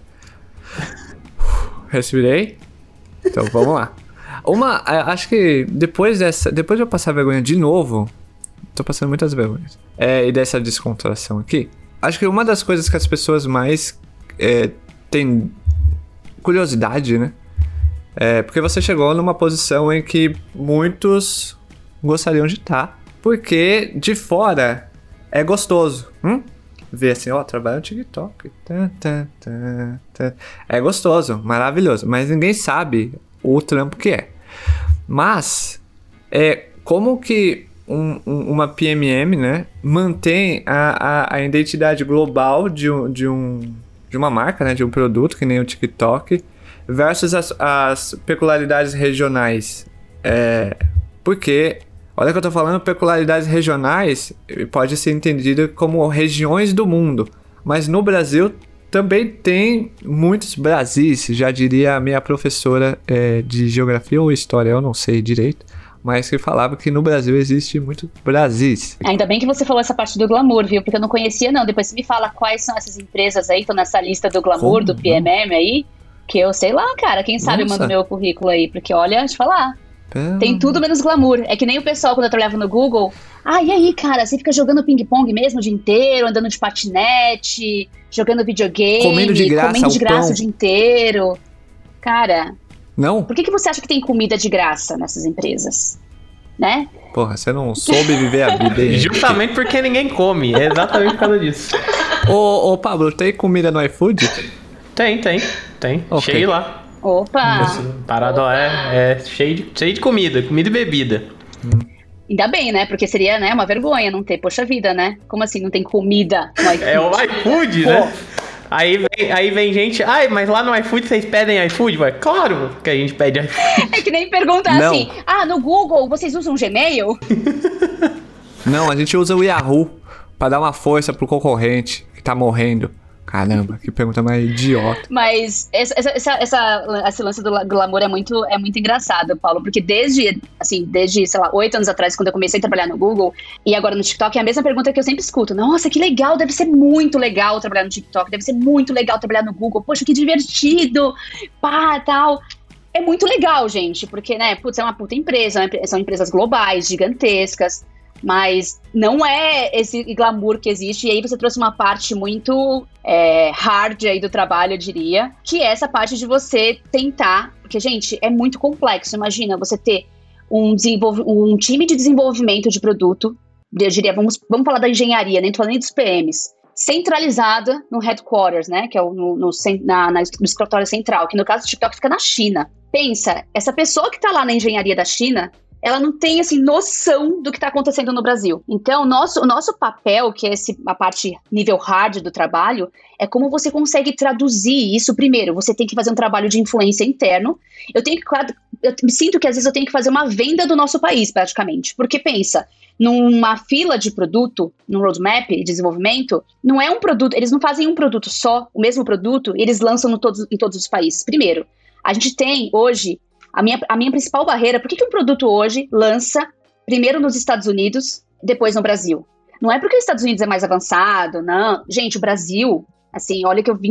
Respirei. Então, vamos lá. Acho que depois de eu passar vergonha de novo, tô passando muitas vergonhas, e dessa descontração aqui, acho que uma das coisas que as pessoas mais têm curiosidade, né? Porque você chegou numa posição em que muitos gostariam de estar, porque de fora é gostoso. Ver assim, trabalho no TikTok. É gostoso, maravilhoso, mas ninguém sabe o trampo que é. Mas, como que uma PMM, né, mantém a identidade global de uma marca, né, de um produto, que nem o TikTok, versus as peculiaridades regionais. Porque, olha que eu tô falando, peculiaridades regionais pode ser entendida como regiões do mundo, mas no Brasil também tem muitos Brasis, já diria a minha professora de geografia ou história, eu não sei direito, mas que falava que no Brasil existe muito Brasis. Ainda bem que você falou essa parte do glamour, viu? Porque eu não conhecia, não. Depois você me fala quais são essas empresas aí, estão nessa lista do glamour, do PMM aí, que eu sei lá, cara. Quem sabe manda o meu currículo aí, porque olha, deixa eu falar. Tem tudo menos glamour. É que nem o pessoal, quando eu trabalhava no Google, e aí, cara, você fica jogando ping-pong mesmo o dia inteiro, andando de patinete, jogando videogame, comendo de graça o dia inteiro. Cara, não? Por que você acha que tem comida de graça nessas empresas? Né? Porra, você não soube viver a vida, hein? Justamente porque ninguém come, é exatamente por causa disso. Ô Pablo, tem comida no iFood? Tem. Okay. Cheio lá. Opa! Parado é cheio de comida e bebida. Ainda bem, né? Porque seria, né, uma vergonha não ter. Poxa vida, né? Como assim não tem comida no iFood? É o iFood, né? Aí vem gente, mas lá no iFood vocês pedem iFood? Claro que a gente pede iFood. É que nem perguntar assim, no Google vocês usam Gmail? Não, a gente usa o Yahoo pra dar uma força pro concorrente que tá morrendo. Caramba, que pergunta mais idiota. Mas esse lance do glamour é muito engraçado, Paulo, porque desde, sei lá, 8 anos atrás, quando eu comecei a trabalhar no Google, e agora no TikTok, é a mesma pergunta que eu sempre escuto. Nossa, que legal, deve ser muito legal trabalhar no TikTok, deve ser muito legal trabalhar no Google, poxa, que divertido, tal. É muito legal, gente, porque, né, é uma puta empresa, são empresas globais, gigantescas, mas não é esse glamour que existe. E aí você trouxe uma parte muito hard aí do trabalho, eu diria, que é essa parte de você tentar, porque, gente, é muito complexo. Imagina você ter um time de desenvolvimento de produto, eu diria, vamos falar da engenharia, nem tô falando nem dos PMs, centralizada no headquarters, né, que é no escritório central, que no caso do TikTok fica na China. Pensa, essa pessoa que tá lá na engenharia da China, ela não tem, noção do que está acontecendo no Brasil. Então, o nosso papel, que é a parte nível hard do trabalho, é como você consegue traduzir isso. Primeiro, você tem que fazer um trabalho de influência interno. Eu me sinto que, às vezes, eu tenho que fazer uma venda do nosso país, praticamente. Porque, pensa, numa fila de produto, num roadmap de desenvolvimento, não é um produto, eles não fazem um produto só, o mesmo produto, e eles lançam em todos os países. Primeiro, a gente tem, hoje, a minha principal barreira, por que um produto hoje lança primeiro nos Estados Unidos, depois no Brasil? Não é porque os Estados Unidos é mais avançado, não. Gente, o Brasil, olha que eu vim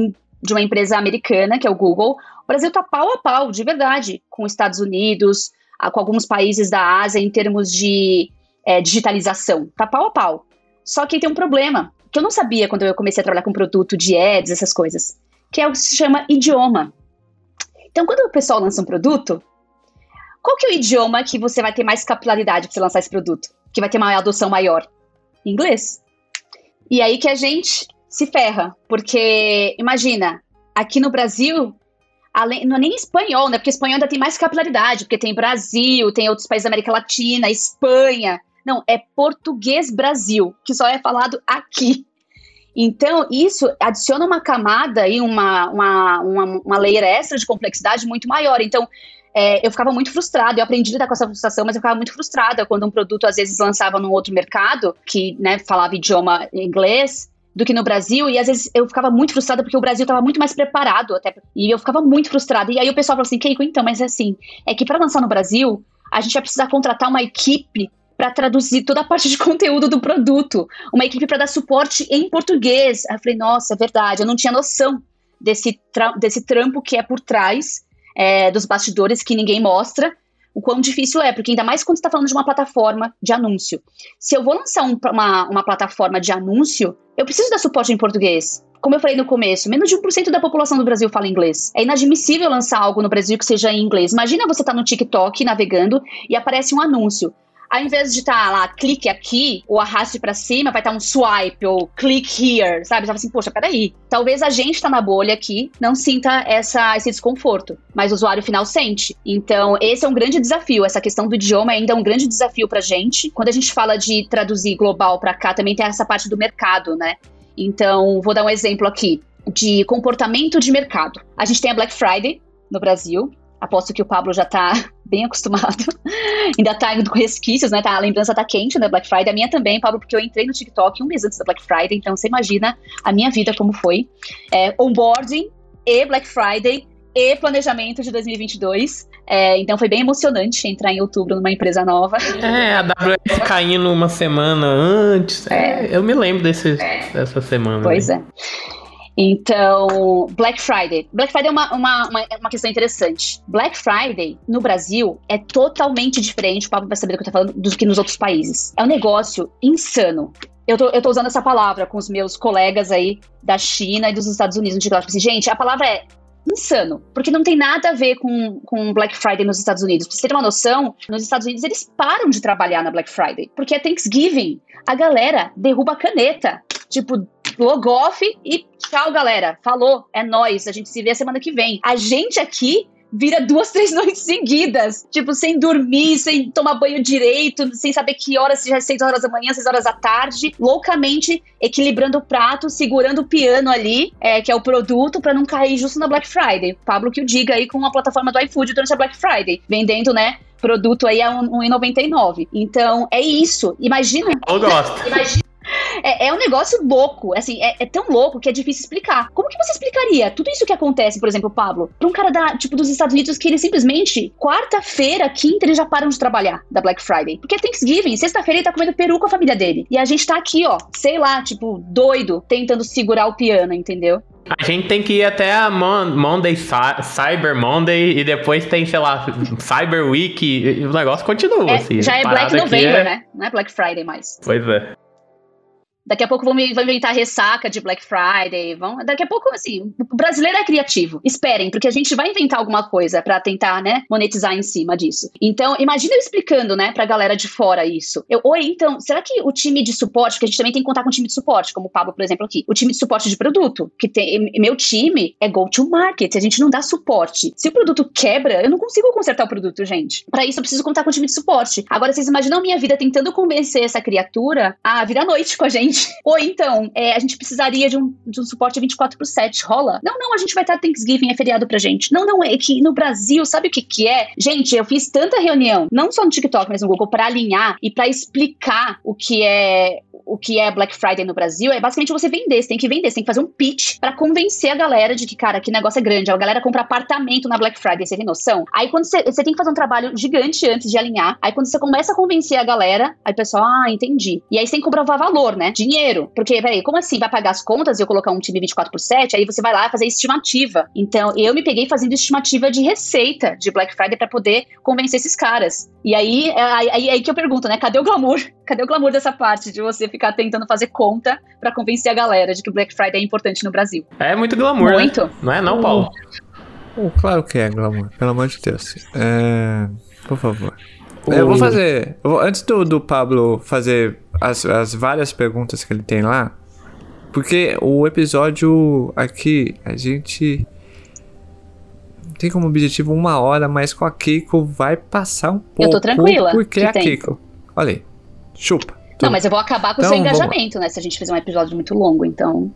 de uma empresa americana, que é o Google. O Brasil está pau a pau, de verdade, com os Estados Unidos, com alguns países da Ásia em termos de digitalização. Está pau a pau. Só que tem um problema, que eu não sabia quando eu comecei a trabalhar com produto de ads, essas coisas, que é o que se chama idioma. Então, quando o pessoal lança um produto, qual que é o idioma que você vai ter mais capilaridade para você lançar esse produto? Que vai ter uma adoção maior? Inglês. E aí que a gente se ferra, porque, imagina, aqui no Brasil, não é nem espanhol, né? Porque espanhol ainda tem mais capilaridade, porque tem Brasil, tem outros países da América Latina, Espanha. Não, é português Brasil, que só é falado aqui. Então, isso adiciona uma camada e uma layer extra de complexidade muito maior. Então, eu ficava muito frustrada, eu aprendi a lidar com essa frustração, mas eu ficava muito frustrada quando um produto, às vezes, lançava num outro mercado, que, né, falava idioma inglês, do que no Brasil, e às vezes eu ficava muito frustrada porque o Brasil estava muito mais preparado, até, e eu ficava muito frustrada. E aí o pessoal falou assim, Keiko, então, mas é assim, é que para lançar no Brasil, a gente vai precisar contratar uma equipe para traduzir toda a parte de conteúdo do produto, uma equipe para dar suporte em português. Aí eu falei, nossa, é verdade, eu não tinha noção desse trampo que é por trás dos bastidores que ninguém mostra, o quão difícil é, porque ainda mais quando você está falando de uma plataforma de anúncio. Se eu vou lançar uma plataforma de anúncio, eu preciso dar suporte em português. Como eu falei no começo, menos de 1% da população do Brasil fala inglês. É inadmissível lançar algo no Brasil que seja em inglês. Imagina você estar no TikTok navegando e aparece um anúncio. Ao invés de estar lá, clique aqui, ou arraste pra cima, vai estar um swipe, ou click here, sabe? Você fala assim, poxa, peraí. Talvez a gente tá na bolha aqui, não sinta esse desconforto, mas o usuário final sente. Então, esse é um grande desafio. Essa questão do idioma ainda é um grande desafio pra gente. Quando a gente fala de traduzir global pra cá, também tem essa parte do mercado, né? Então, vou dar um exemplo aqui de comportamento de mercado. A gente tem a Black Friday no Brasil. Aposto que o Pablo já tá bem acostumado. Ainda tá indo com resquícios, né? A lembrança tá quente da Black Friday. A minha também, Pablo, porque eu entrei no TikTok um mês antes da Black Friday. Então, você imagina a minha vida como foi. Onboarding e Black Friday e planejamento de 2022. Então, foi bem emocionante entrar em outubro numa empresa nova. A AWS caindo uma semana antes. Eu me lembro dessa semana. Pois é. Então, Black Friday. Black Friday é uma questão interessante. Black Friday, no Brasil, é totalmente diferente, o Pablo vai saber do que eu tô falando, do que nos outros países. É um negócio insano. Eu tô usando essa palavra com os meus colegas aí da China e dos Estados Unidos. No TikTok. Assim, gente, a palavra é insano, porque não tem nada a ver com Black Friday nos Estados Unidos. Pra você ter uma noção, nos Estados Unidos eles param de trabalhar na Black Friday, porque é Thanksgiving. A galera derruba a caneta. Tipo, log off e tchau, galera. Falou, é nóis, a gente se vê a semana que vem. A gente aqui vira 2, 3 noites seguidas, tipo, sem dormir, sem tomar banho direito, sem saber que horas, se já é 6 horas da manhã, 6 horas da tarde, loucamente equilibrando o prato, segurando o piano ali, que é o produto, pra não cair justo na Black Friday. Pablo que o diga aí com a plataforma do iFood durante a Black Friday, vendendo, né, produto aí a R$1,99. Então, é isso. Imagina... Eu gosto. É um negócio louco, assim, é tão louco que é difícil explicar. Como que você explicaria tudo isso que acontece, por exemplo, Pablo, pra um cara dos Estados Unidos que ele simplesmente, quarta-feira, quinta, eles já param de trabalhar da Black Friday? Porque é Thanksgiving, sexta-feira ele tá comendo peru com a família dele. E a gente tá aqui, ó, sei lá, tipo, doido, tentando segurar o piano, entendeu? A gente tem que ir até a Monday, Cyber Monday, e depois tem, sei lá, Cyber Week, e o negócio continua, assim. Já é Black November, né? Não é Black Friday mais. Pois é. Daqui a pouco vão inventar ressaca de Black Friday. Daqui a pouco, assim, o brasileiro é criativo. Esperem, porque a gente vai inventar alguma coisa pra tentar, né, monetizar em cima disso. Então, imagina eu explicando, né, pra galera de fora isso. Então, será que o time de suporte, porque a gente também tem que contar com o time de suporte, como o Pablo, por exemplo, aqui. O time de suporte de produto, que tem, meu time é go-to-market, a gente não dá suporte. Se o produto quebra, eu não consigo consertar o produto, gente. Pra isso, eu preciso contar com o time de suporte. Agora, vocês imaginam a minha vida tentando convencer essa criatura a vir à noite com a gente? Ou então, a gente precisaria de um suporte 24/7. Rola? Não, a gente vai estar Thanksgiving, é feriado pra gente. Não, é que no Brasil, sabe o que é? Gente, eu fiz tanta reunião, não só no TikTok, mas no Google, pra alinhar e pra explicar o que é o que é Black Friday no Brasil é basicamente você vender, você tem que vender, você tem que fazer um pitch pra convencer a galera de que, cara, que negócio é grande, a galera compra apartamento na Black Friday, você tem noção? Aí quando você tem que fazer um trabalho gigante antes de alinhar, aí quando você começa a convencer a galera, aí o pessoal, entendi. E aí você tem que comprovar valor, né? Dinheiro. Porque, peraí, como assim vai pagar as contas e eu colocar um time 24/7? Aí você vai lá fazer estimativa. Então, eu me peguei fazendo estimativa de receita de Black Friday pra poder convencer esses caras. E aí que eu pergunto, né? Cadê o glamour? Cadê o glamour dessa parte de você ficar tentando fazer conta pra convencer a galera de que o Black Friday é importante no Brasil? É muito glamour, muito. Né? Não é não, Paulo? Claro que é glamour, pelo amor de Deus. Por favor. Eu vou fazer... Antes do Pablo fazer as várias perguntas que ele tem lá, porque o episódio aqui, a gente tem como objetivo 1 hora, mas com a Keiko vai passar um pouco. Eu tô tranquila. Porque é a Keiko. Olha aí. Chupa. Não, mas eu vou acabar com o seu engajamento, né? Se a gente fizer um episódio muito longo, então...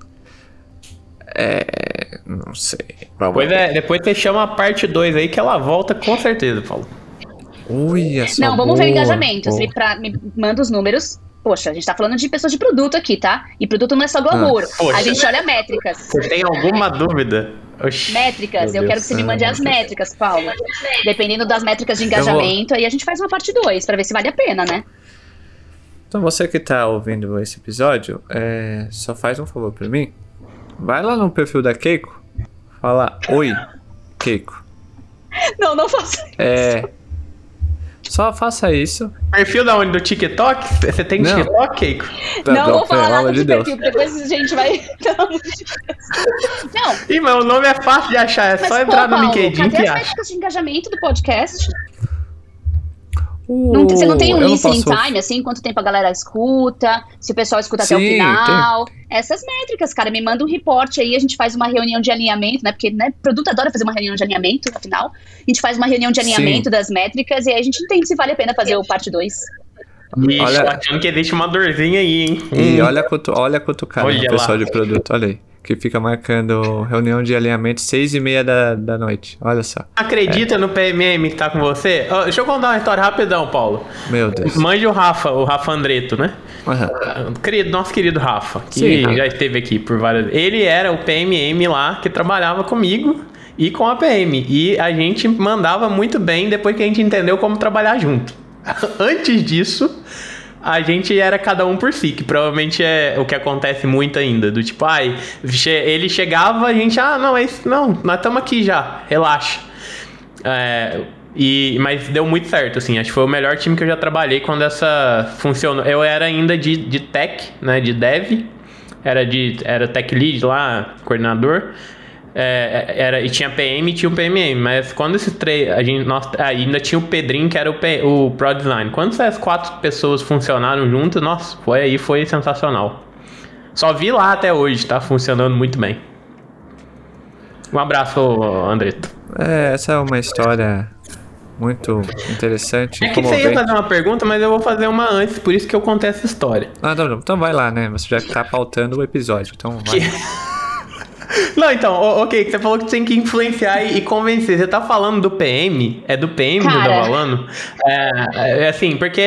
Não sei. Depois você chama a parte 2 aí que ela volta com certeza, Paulo. Não, vamos ver o engajamento. Você me manda os números. Poxa, a gente tá falando de pessoas de produto aqui, tá? E produto não é só glamour. A gente olha métricas. Você tem alguma dúvida? Oxi, métricas, eu quero que você me mande as métricas, Paulo. Dependendo das métricas de engajamento, aí a gente faz uma parte 2 pra ver se vale a pena, né? Então você que tá ouvindo esse episódio, só faz um favor pra mim. Vai lá no perfil da Keiko, fala, oi, Keiko. Não faça isso. Só faça isso. Perfil da onde? Do TikTok? Você tem TikTok, Keiko? Não vou falar nada de perfil, porque depois a gente vai... Não. Ih, mas o nome é fácil de achar, só entrar no LinkedIn que acha. Cadê as métricas de engajamento do podcast? Você não tem um listening time, assim, quanto tempo a galera escuta, se o pessoal escuta até o final. Essas métricas, cara, me manda um report aí, a gente faz uma reunião de alinhamento, né? Porque, né, produto adora fazer uma reunião de alinhamento, afinal. A gente faz uma reunião de alinhamento das métricas e aí a gente entende se vale a pena fazer o parte 2. Olha, achando que existe uma dorzinha aí, hein? E olha a cutucada no pessoal de produto, olha aí. Que fica marcando reunião de alinhamento 6:30 da noite. Olha só. Acredita no PMM que tá com você? Deixa eu contar uma história rapidão, Paulo. Meu Deus. Mande o Rafa Andreto, né? Nosso querido Rafa, que já esteve aqui por várias vezes. Ele era o PMM lá que trabalhava comigo e com a PM. E a gente mandava muito bem depois que a gente entendeu como trabalhar junto. Antes disso... a gente era cada um por si, que provavelmente é o que acontece muito ainda. Do tipo, ele chegava, a gente, não, nós estamos aqui já, relaxa. Mas deu muito certo, assim, acho que foi o melhor time que eu já trabalhei quando essa funcionou. Eu era ainda de tech, né, de dev, era tech lead lá, coordenador. E tinha PM e tinha o PMM, mas quando esses três, ainda tinha o Pedrinho, que era o Pro Design. Quando essas 4 pessoas funcionaram juntas, nossa, foi sensacional. Só vi lá até hoje, tá funcionando muito bem. Um abraço, Andreto. Essa é uma história muito interessante. É que você ia fazer uma pergunta, mas eu vou fazer uma antes, por isso que eu contei essa história. Não, então vai lá, né? Você já tá pautando o episódio, então vai. Não, então, ok, você falou que tem que influenciar e convencer. Você tá falando do PM? É do PM que você tá falando? Assim, porque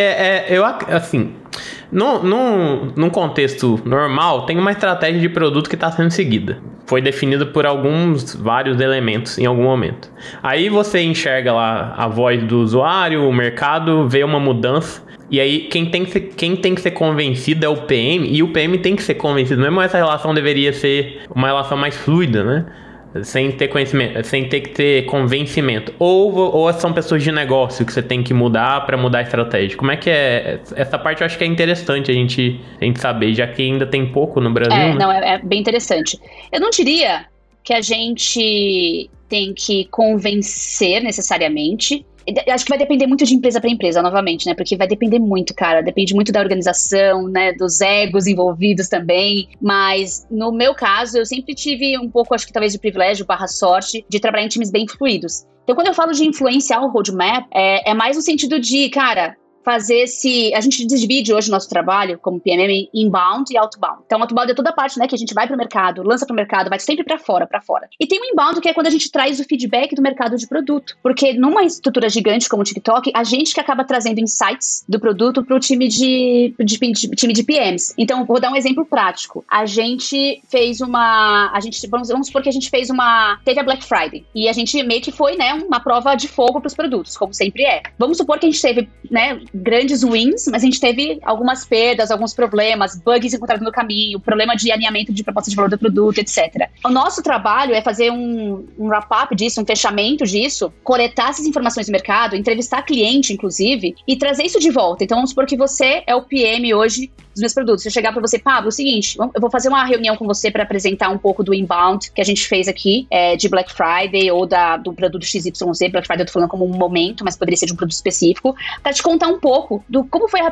num contexto normal, tem uma estratégia de produto que está sendo seguida. Foi definida por vários elementos em algum momento. Aí você enxerga lá a voz do usuário, o mercado, vê uma mudança. E aí, quem tem que ser convencido é o PM, e o PM tem que ser convencido. Mesmo essa relação deveria ser uma relação mais fluida, né? Sem ter conhecimento, sem ter que ter convencimento. Ou são pessoas de negócio que você tem que mudar para mudar a estratégia. Como é que é? Essa parte eu acho que é interessante a gente saber, já que ainda tem pouco no Brasil. Né? Não, é bem interessante. Eu não diria que a gente tem que convencer necessariamente. Acho que vai depender muito de empresa para empresa, novamente, né? Porque vai depender muito, cara. Depende muito da organização, né? Dos egos envolvidos também. Mas, no meu caso, eu sempre tive um pouco, acho que talvez de privilégio / sorte, de trabalhar em times bem fluidos. Então, quando eu falo de influenciar o roadmap, é mais no sentido de, cara, fazer a gente divide hoje o nosso trabalho como PMM inbound e outbound. Então, outbound é toda a parte, né, que a gente vai pro mercado, lança pro mercado, vai sempre pra fora. E tem o inbound, que é quando a gente traz o feedback do mercado de produto. Porque numa estrutura gigante como o TikTok, a gente que acaba trazendo insights do produto pro time de PMs. Então, vou dar um exemplo prático. Vamos supor que a gente teve a Black Friday. E a gente meio que foi, né, uma prova de fogo pros produtos, como sempre é. Vamos supor que a gente teve, né, grandes wins, mas a gente teve algumas perdas, alguns problemas, bugs encontrados no caminho, problema de alinhamento de proposta de valor do produto, etc. O nosso trabalho é fazer um wrap-up disso, um fechamento disso, coletar essas informações do mercado, entrevistar cliente, inclusive, e trazer isso de volta. Então, vamos supor que você é o PM hoje dos meus produtos. Se eu chegar pra você, Pablo, é o seguinte, eu vou fazer uma reunião com você para apresentar um pouco do inbound que a gente fez aqui, de Black Friday ou do produto XYZ. Black Friday eu tô falando como um momento, mas poderia ser de um produto específico, para te contar um pouco do como foi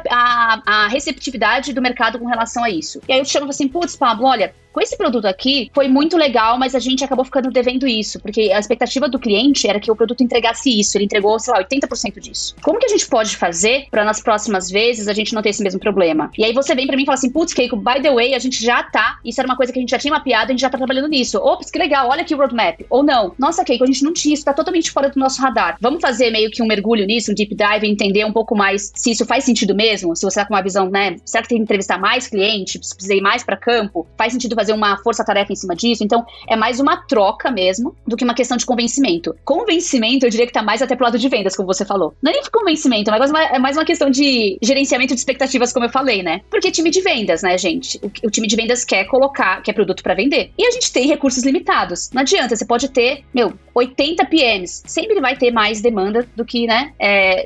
a receptividade do mercado com relação a isso. E aí eu te chamo assim, putz, Pablo, olha, com esse produto aqui, foi muito legal, mas a gente acabou ficando devendo isso, porque a expectativa do cliente era que o produto entregasse isso, ele entregou, sei lá, 80% disso. Como que a gente pode fazer para nas próximas vezes a gente não ter esse mesmo problema? E aí você vem pra mim e fala assim, putz, Keiko, by the way, a gente já tá, isso era uma coisa que a gente já tinha mapeado, a gente já tá trabalhando nisso. Ops, que legal, olha aqui o roadmap. Ou não, nossa, Keiko, a gente não tinha isso, tá totalmente fora do nosso radar. Vamos fazer meio que um mergulho nisso, um deep dive, entender um pouco mais se isso faz sentido mesmo, se você tá com uma visão, né, será que tem que entrevistar mais cliente, se precisa ir mais pra campo, faz sentido fazer uma força-tarefa em cima disso? Então, é mais uma troca mesmo do que uma questão de convencimento. Convencimento, eu diria que tá mais até pro lado de vendas, como você falou. Não é nem convencimento, é mais uma questão de gerenciamento de expectativas, como eu falei, né? Porque time de vendas, né, gente? O time de vendas quer produto pra vender. E a gente tem recursos limitados. Não adianta, você pode ter, 80 PMs. Sempre vai ter mais demanda do que, né,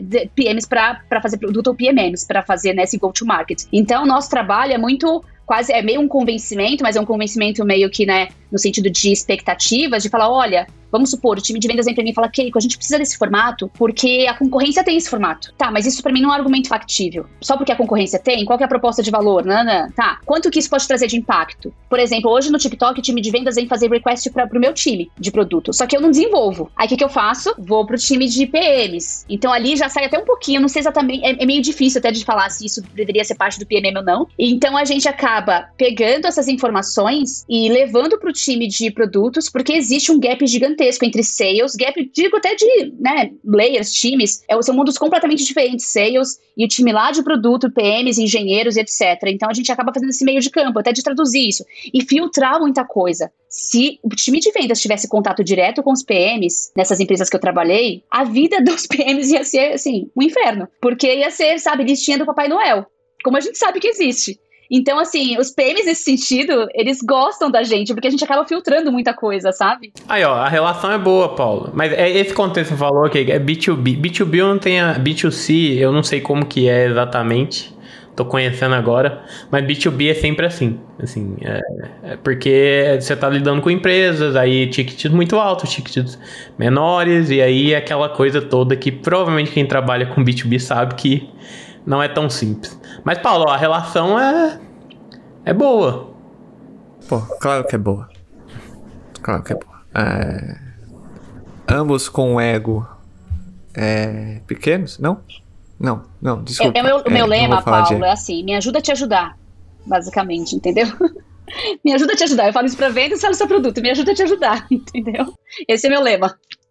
PMs pra fazer produto ou PMMs pra fazer, né, esse go-to-market. Então, nosso trabalho é muito... é meio um convencimento, mas é um convencimento meio que, né, no sentido de expectativas, de falar, olha, vamos supor, o time de vendas vem pra mim e fala, Keiko, a gente precisa desse formato porque a concorrência tem esse formato. Tá, mas isso pra mim não é um argumento factível. Só porque a concorrência tem? Qual que é a proposta de valor? Nana? Tá, quanto que isso pode trazer de impacto? Por exemplo, hoje no TikTok, o time de vendas vem fazer request pro meu time de produto, só que eu não desenvolvo. Aí o que eu faço? Vou pro time de PMs. Então ali já sai até um pouquinho, não sei exatamente, é meio difícil até de falar se isso deveria ser parte do PMM ou não. Então a gente acaba pegando essas informações e levando pro time de produtos, porque existe um gap gigantesco entre sales, digo até de, né, layers, times, são mundos completamente diferentes, sales e o time lá de produto, PMs, engenheiros, etc. Então a gente acaba fazendo esse meio de campo, até de traduzir isso e filtrar muita coisa. Se o time de vendas tivesse contato direto com os PMs, nessas empresas que eu trabalhei, a vida dos PMs ia ser, assim, um inferno, porque ia ser, sabe, listinha do Papai Noel, como a gente sabe que existe. Então, assim, os PMs nesse sentido, eles gostam da gente, porque a gente acaba filtrando muita coisa, sabe? Aí, ó, a relação é boa, Paulo. Mas esse contexto que você falou aqui, é B2B. B2B eu não tenho, B2C eu não sei como que é exatamente. Tô conhecendo agora. Mas B2B é sempre assim. Porque você tá lidando com empresas, aí tickets muito altos, tickets menores, e aí aquela coisa toda que provavelmente quem trabalha com B2B sabe que não é tão simples. Mas, Paulo, ó, a relação é boa. Pô, claro que é boa. Claro que é boa. Ambos com ego pequenos? Não? Não, desculpa. O meu lema, Paulo, é assim, me ajuda a te ajudar, basicamente, entendeu? Me ajuda a te ajudar. Eu falo isso pra vendas, falo isso pra produto. Me ajuda a te ajudar, entendeu? Esse é meu lema.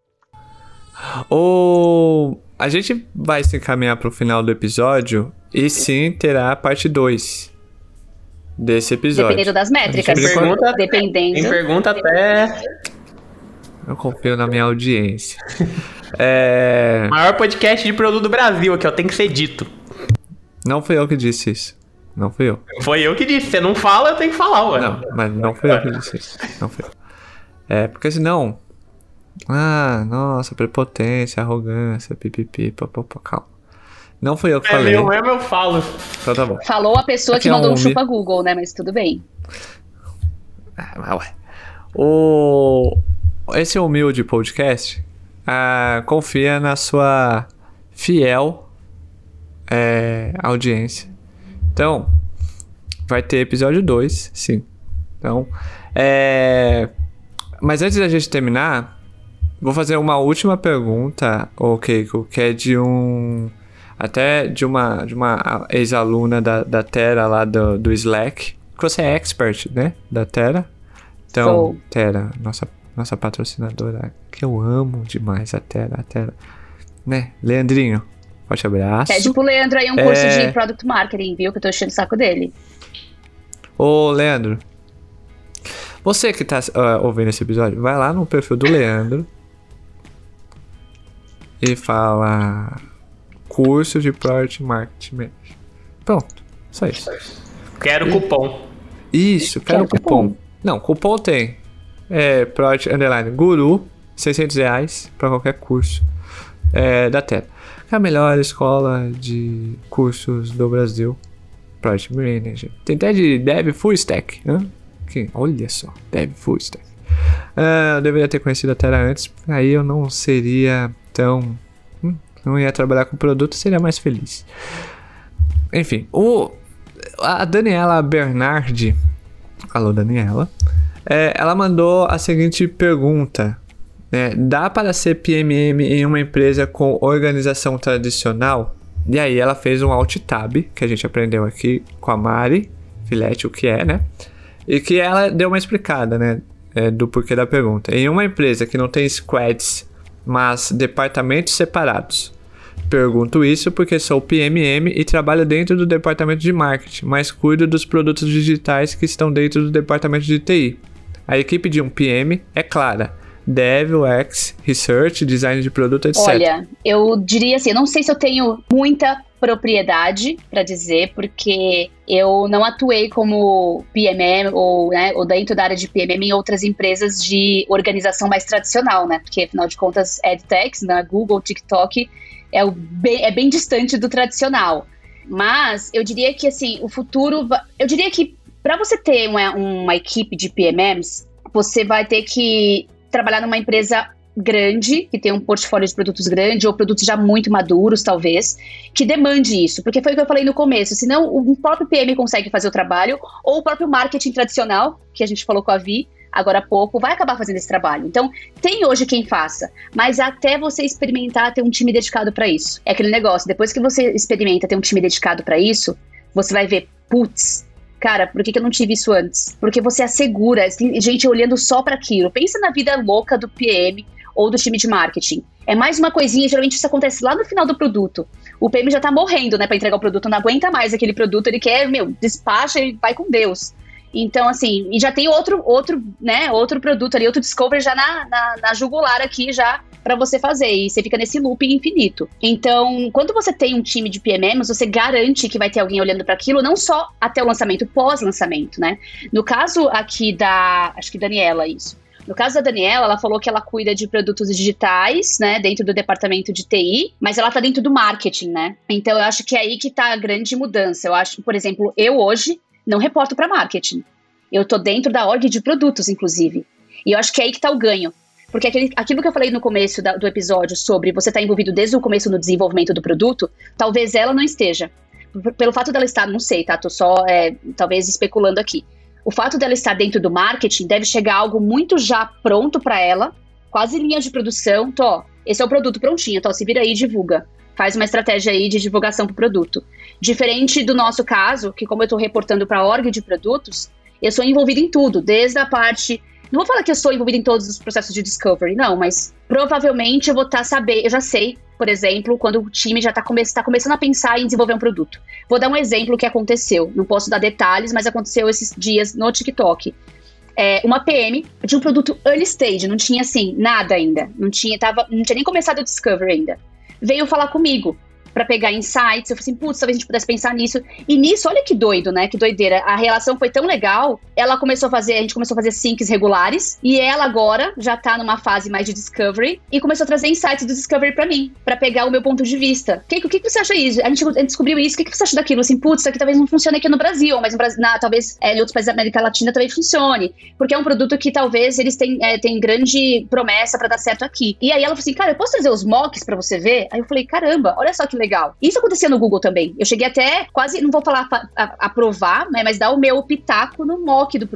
A gente vai se encaminhar pro final do episódio e sim terá a parte 2 desse episódio. Dependendo das métricas. Tem pergunta até... Eu confio na minha audiência. Maior podcast de produto do Brasil aqui, ó. Tem que ser dito. Não fui eu que disse isso. Não fui eu. Foi eu que disse. Você não fala, eu tenho que falar, ué. Não, mas não fui eu que disse isso. Não fui eu. Porque senão... nossa, prepotência, arrogância, pipipi, papapá, calma. Não fui eu que falei. Meu mesmo eu falo. Então tá bom. Falou a pessoa que mandou um chupa Google, né? Mas tudo bem. Esse humilde podcast confia na sua fiel audiência. Então, vai ter episódio 2, sim. Então, mas antes da gente terminar, vou fazer uma última pergunta, Keiko, que é de um até de uma ex-aluna da Terra lá do Slack, que você é expert, né, da Terra. Então, Terra, nossa patrocinadora, que eu amo demais, a Terra, né, Leandrinho, forte abraço. Pede pro Leandro aí um curso de Product Marketing, viu, que eu tô enchendo o saco dele. Ô, Leandro, você que tá ouvindo esse episódio, vai lá no perfil do Leandro e fala curso de Product Marketing. Pronto, só isso. Quero cupom. Isso, quero cupom. Não, cupom tem. Product _ Guru, R$600 pra qualquer curso da Terra. Que é a melhor escola de cursos do Brasil. Project Manager. Tem até de Dev Full Stack, né? Olha só, Dev Full Stack. Eu deveria ter conhecido a Terra antes, aí eu não seria tão... não ia trabalhar com produto, seria mais feliz. Enfim, a Daniela Bernardi, alô Daniela, ela mandou a seguinte pergunta, né? Dá para ser PMM em uma empresa com organização tradicional? E aí ela fez um Alt Tab, que a gente aprendeu aqui com a Mari Filete, o que é, né? E que ela deu uma explicada, né? Do porquê da pergunta. Em uma empresa que não tem squads, mas departamentos separados. Pergunto isso porque sou PMM e trabalho dentro do departamento de marketing, mas cuido dos produtos digitais que estão dentro do departamento de TI. A equipe de um PM é clara. Dev, UX, Research, Design de produto, etc. Olha, eu diria assim, eu não sei se eu tenho muita propriedade para dizer, porque eu não atuei como PMM ou dentro da área de PMM em outras empresas de organização mais tradicional, né? Porque, afinal de contas, EdTechs, né? Google, TikTok, é bem distante do tradicional. Mas eu diria que, assim, o futuro... Eu diria que para você ter uma equipe de PMMs, você vai ter que trabalhar numa empresa grande, que tem um portfólio de produtos grande, ou produtos já muito maduros, talvez, que demande isso. Porque foi o que eu falei no começo, senão o próprio PM consegue fazer o trabalho, ou o próprio marketing tradicional, que a gente falou com a Vi agora há pouco, vai acabar fazendo esse trabalho. Então, tem hoje quem faça, mas até você experimentar ter um time dedicado para isso. É aquele negócio, depois que você experimenta ter um time dedicado para isso, você vai ver, putz, cara, por que eu não tive isso antes? Porque você assegura, tem gente olhando só para aquilo. Pensa na vida louca do PM ou do time de marketing. É mais uma coisinha, geralmente isso acontece lá no final do produto. O PM já tá morrendo, né, para entregar o produto, não aguenta mais aquele produto, ele quer, despacha e vai com Deus. Então, assim, e já tem outro produto ali, outro discovery já na jugular aqui, já para você fazer, e você fica nesse loop infinito. Então, quando você tem um time de PMMs, você garante que vai ter alguém olhando para aquilo, não só até o lançamento, pós-lançamento, né? No caso aqui acho que Daniela, isso. No caso da Daniela, ela falou que ela cuida de produtos digitais, né, dentro do departamento de TI, mas ela tá dentro do marketing, né? Então, eu acho que é aí que tá a grande mudança. Eu acho, por exemplo, eu hoje não reporto para marketing. Eu tô dentro da org de produtos, inclusive. E eu acho que é aí que tá o ganho. Porque aquilo que eu falei no começo do episódio sobre você estar envolvido desde o começo no desenvolvimento do produto, talvez ela não esteja. Pelo fato dela estar, não sei, tá? Tô só, talvez, especulando aqui. O fato dela estar dentro do marketing deve chegar algo muito já pronto para ela, quase linha de produção. Esse é o produto prontinho, se vira aí e divulga. Faz uma estratégia aí de divulgação pro produto. Diferente do nosso caso, que como eu tô reportando para a org de produtos, eu sou envolvida em tudo, desde a parte... Não vou falar que eu sou envolvida em todos os processos de discovery, não, mas provavelmente eu vou eu já sei, por exemplo, quando o time já tá começando a pensar em desenvolver um produto. Vou dar um exemplo que aconteceu, não posso dar detalhes, mas aconteceu esses dias no TikTok. Uma PM de um produto early stage, não tinha assim, nada ainda, não tinha nem começado o discovery ainda. Veio falar comigo para pegar insights, eu falei assim, putz, talvez a gente pudesse pensar nisso. E nisso, olha que doido, né? Que doideira. A relação foi tão legal, a gente começou a fazer syncs regulares, e ela agora já tá numa fase mais de discovery, e começou a trazer insights do discovery pra mim, pra pegar o meu ponto de vista. O que você acha disso? A gente descobriu isso, o que você acha daquilo? Assim, putz, isso aqui talvez não funcione aqui no Brasil, mas talvez em outros países da América Latina também funcione, porque é um produto que talvez eles têm grande promessa pra dar certo aqui. E aí ela falou assim, cara, eu posso trazer os mocks pra você ver? Aí eu falei, caramba, olha só que legal. Isso acontecia no Google também. Eu cheguei até quase, não vou falar aprovar, né, mas dar o meu pitaco no mock do produto.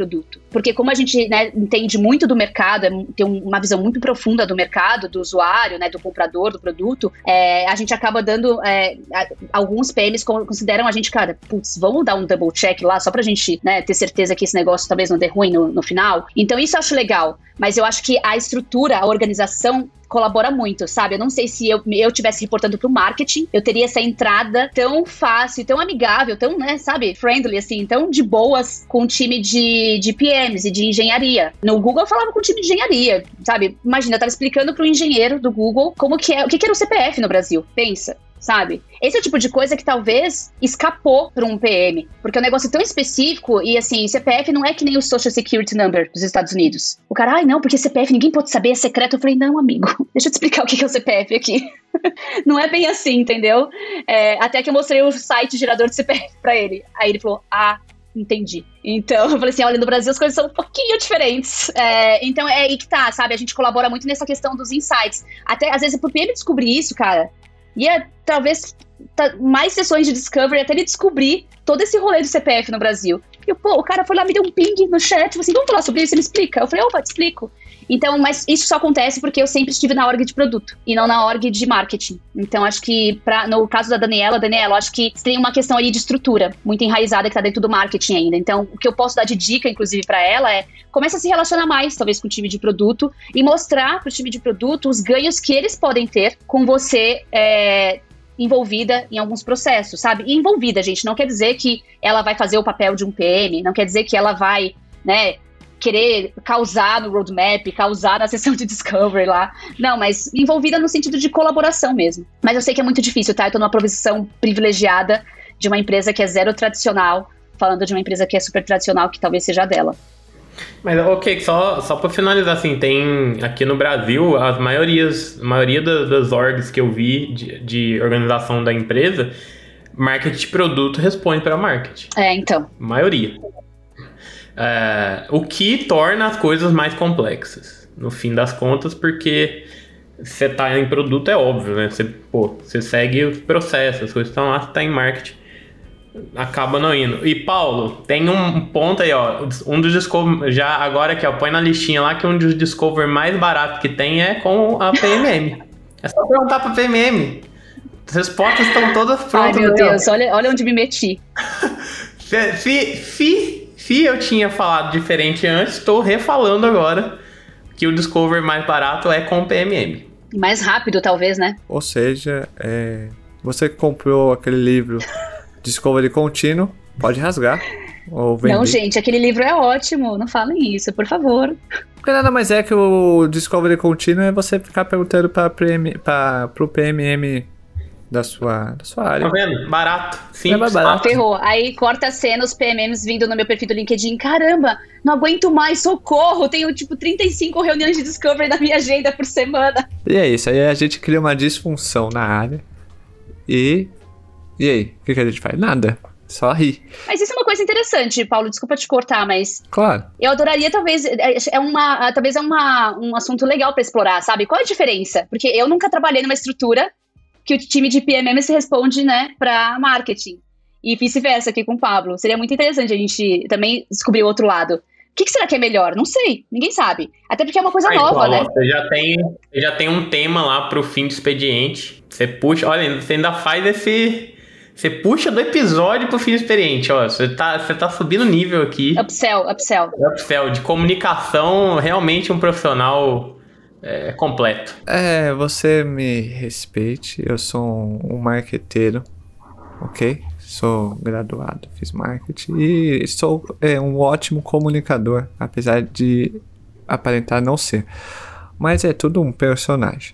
porque como a gente, né, entende muito do mercado, tem uma visão muito profunda do mercado, do usuário, né, do comprador, do produto, a gente acaba dando, alguns PMs consideram a gente, cara, putz, vamos dar um double check lá, só pra gente, né, ter certeza que esse negócio talvez não dê ruim no final. Então isso eu acho legal, mas eu acho que a estrutura, a organização colabora muito, sabe? Eu não sei se eu tivesse reportando pro marketing, eu teria essa entrada tão fácil, tão amigável, tão, né, sabe, friendly, assim, tão de boas com o time de PMs e de engenharia. No Google eu falava com o time de engenharia, sabe? Imagina, eu tava explicando pro engenheiro do Google como que o que era o CPF no Brasil, pensa. Sabe? Esse é o tipo de coisa que talvez escapou para um PM, porque é um negócio tão específico e, assim, CPF não é que nem o Social Security Number dos Estados Unidos. O cara, não, porque CPF ninguém pode saber, é secreto. Eu falei, não, amigo, deixa eu te explicar o que é o CPF aqui. Não é bem assim, entendeu? Até que eu mostrei o site gerador de CPF para ele. Aí ele falou, entendi. Então, eu falei assim, olha, no Brasil as coisas são um pouquinho diferentes. Então, é aí que tá, sabe? A gente colabora muito nessa questão dos insights. Até, às vezes, pro PM descobrir isso, cara, talvez mais sessões de discovery até ele descobrir todo esse rolê do CPF no Brasil. E, o cara foi lá, me deu um ping no chat, falou assim, vamos falar sobre isso, você me explica? Eu falei, opa, te explico. Então, mas isso só acontece porque eu sempre estive na org de produto e não na org de marketing. Então, acho que, no caso da Daniela, acho que tem uma questão aí de estrutura muito enraizada que tá dentro do marketing ainda. Então, o que eu posso dar de dica, inclusive, pra ela começa a se relacionar mais, talvez, com o time de produto e mostrar pro time de produto os ganhos que eles podem ter com você envolvida em alguns processos, sabe? E envolvida, gente, não quer dizer que ela vai fazer o papel de um PM, não quer dizer que ela vai, né, querer causar no roadmap, causar na sessão de discovery lá. Não, mas envolvida no sentido de colaboração mesmo. Mas eu sei que é muito difícil, tá? Eu tô numa posição privilegiada de uma empresa que é zero tradicional, falando de uma empresa que é super tradicional, que talvez seja a dela. Mas, ok, só pra finalizar, assim, tem aqui no Brasil, a maioria das orgs que eu vi de organização da empresa, marketing de produto responde para marketing. Então. Maioria. O que torna as coisas mais complexas, no fim das contas, porque você tá em produto, é óbvio, né? Você segue os processos, as coisas estão lá, você tá em marketing. Acaba não indo. E Paulo, tem um ponto aí, ó. Um dos discover, já agora aqui, ó, põe na listinha lá que um dos discover mais baratos que tem é com a PMM. É só perguntar pra PMM. As respostas estão todas prontas. Ai, meu Deus, olha onde me meti. Se eu tinha falado diferente antes, estou refalando agora que o discover mais barato é com o PMM. Mais rápido, talvez, né? Ou seja, você que comprou aquele livro Discovery Contínuo, pode rasgar ou vender. Não, gente, aquele livro é ótimo, não falem isso, por favor. Porque nada mais é que o Discovery Contínuo é você ficar perguntando pro PMM da sua área. Tá vendo? Barato. Sim. Barato. Ferrou. Aí corta a cena, os PMMs vindo no meu perfil do LinkedIn. Caramba, não aguento mais, socorro. Tenho, 35 reuniões de Discovery na minha agenda por semana. E é isso, aí a gente cria uma disfunção na área E aí, o que a gente faz? Nada. Só rir. Mas isso é uma coisa interessante, Paulo, desculpa te cortar, mas... Claro. Eu adoraria, talvez um assunto legal pra explorar, sabe? Qual é a diferença? Porque eu nunca trabalhei numa estrutura que o time de PMM se responde, né, pra marketing. E vice-versa aqui com o Pablo. Seria muito interessante a gente também descobrir o outro lado. O que será que é melhor? Não sei, ninguém sabe. Até porque é uma coisa nova, Paulo, né? Você já tem um tema lá pro fim do expediente. Você puxa, olha, você ainda faz esse... Você puxa do episódio pro fim do experiente, ó. Você tá subindo nível aqui. Upsell. Upsell, de comunicação, realmente um profissional completo. Você me respeite, eu sou um marqueteiro, ok? Sou graduado, fiz marketing e sou um ótimo comunicador, apesar de aparentar não ser. Mas é tudo um personagem.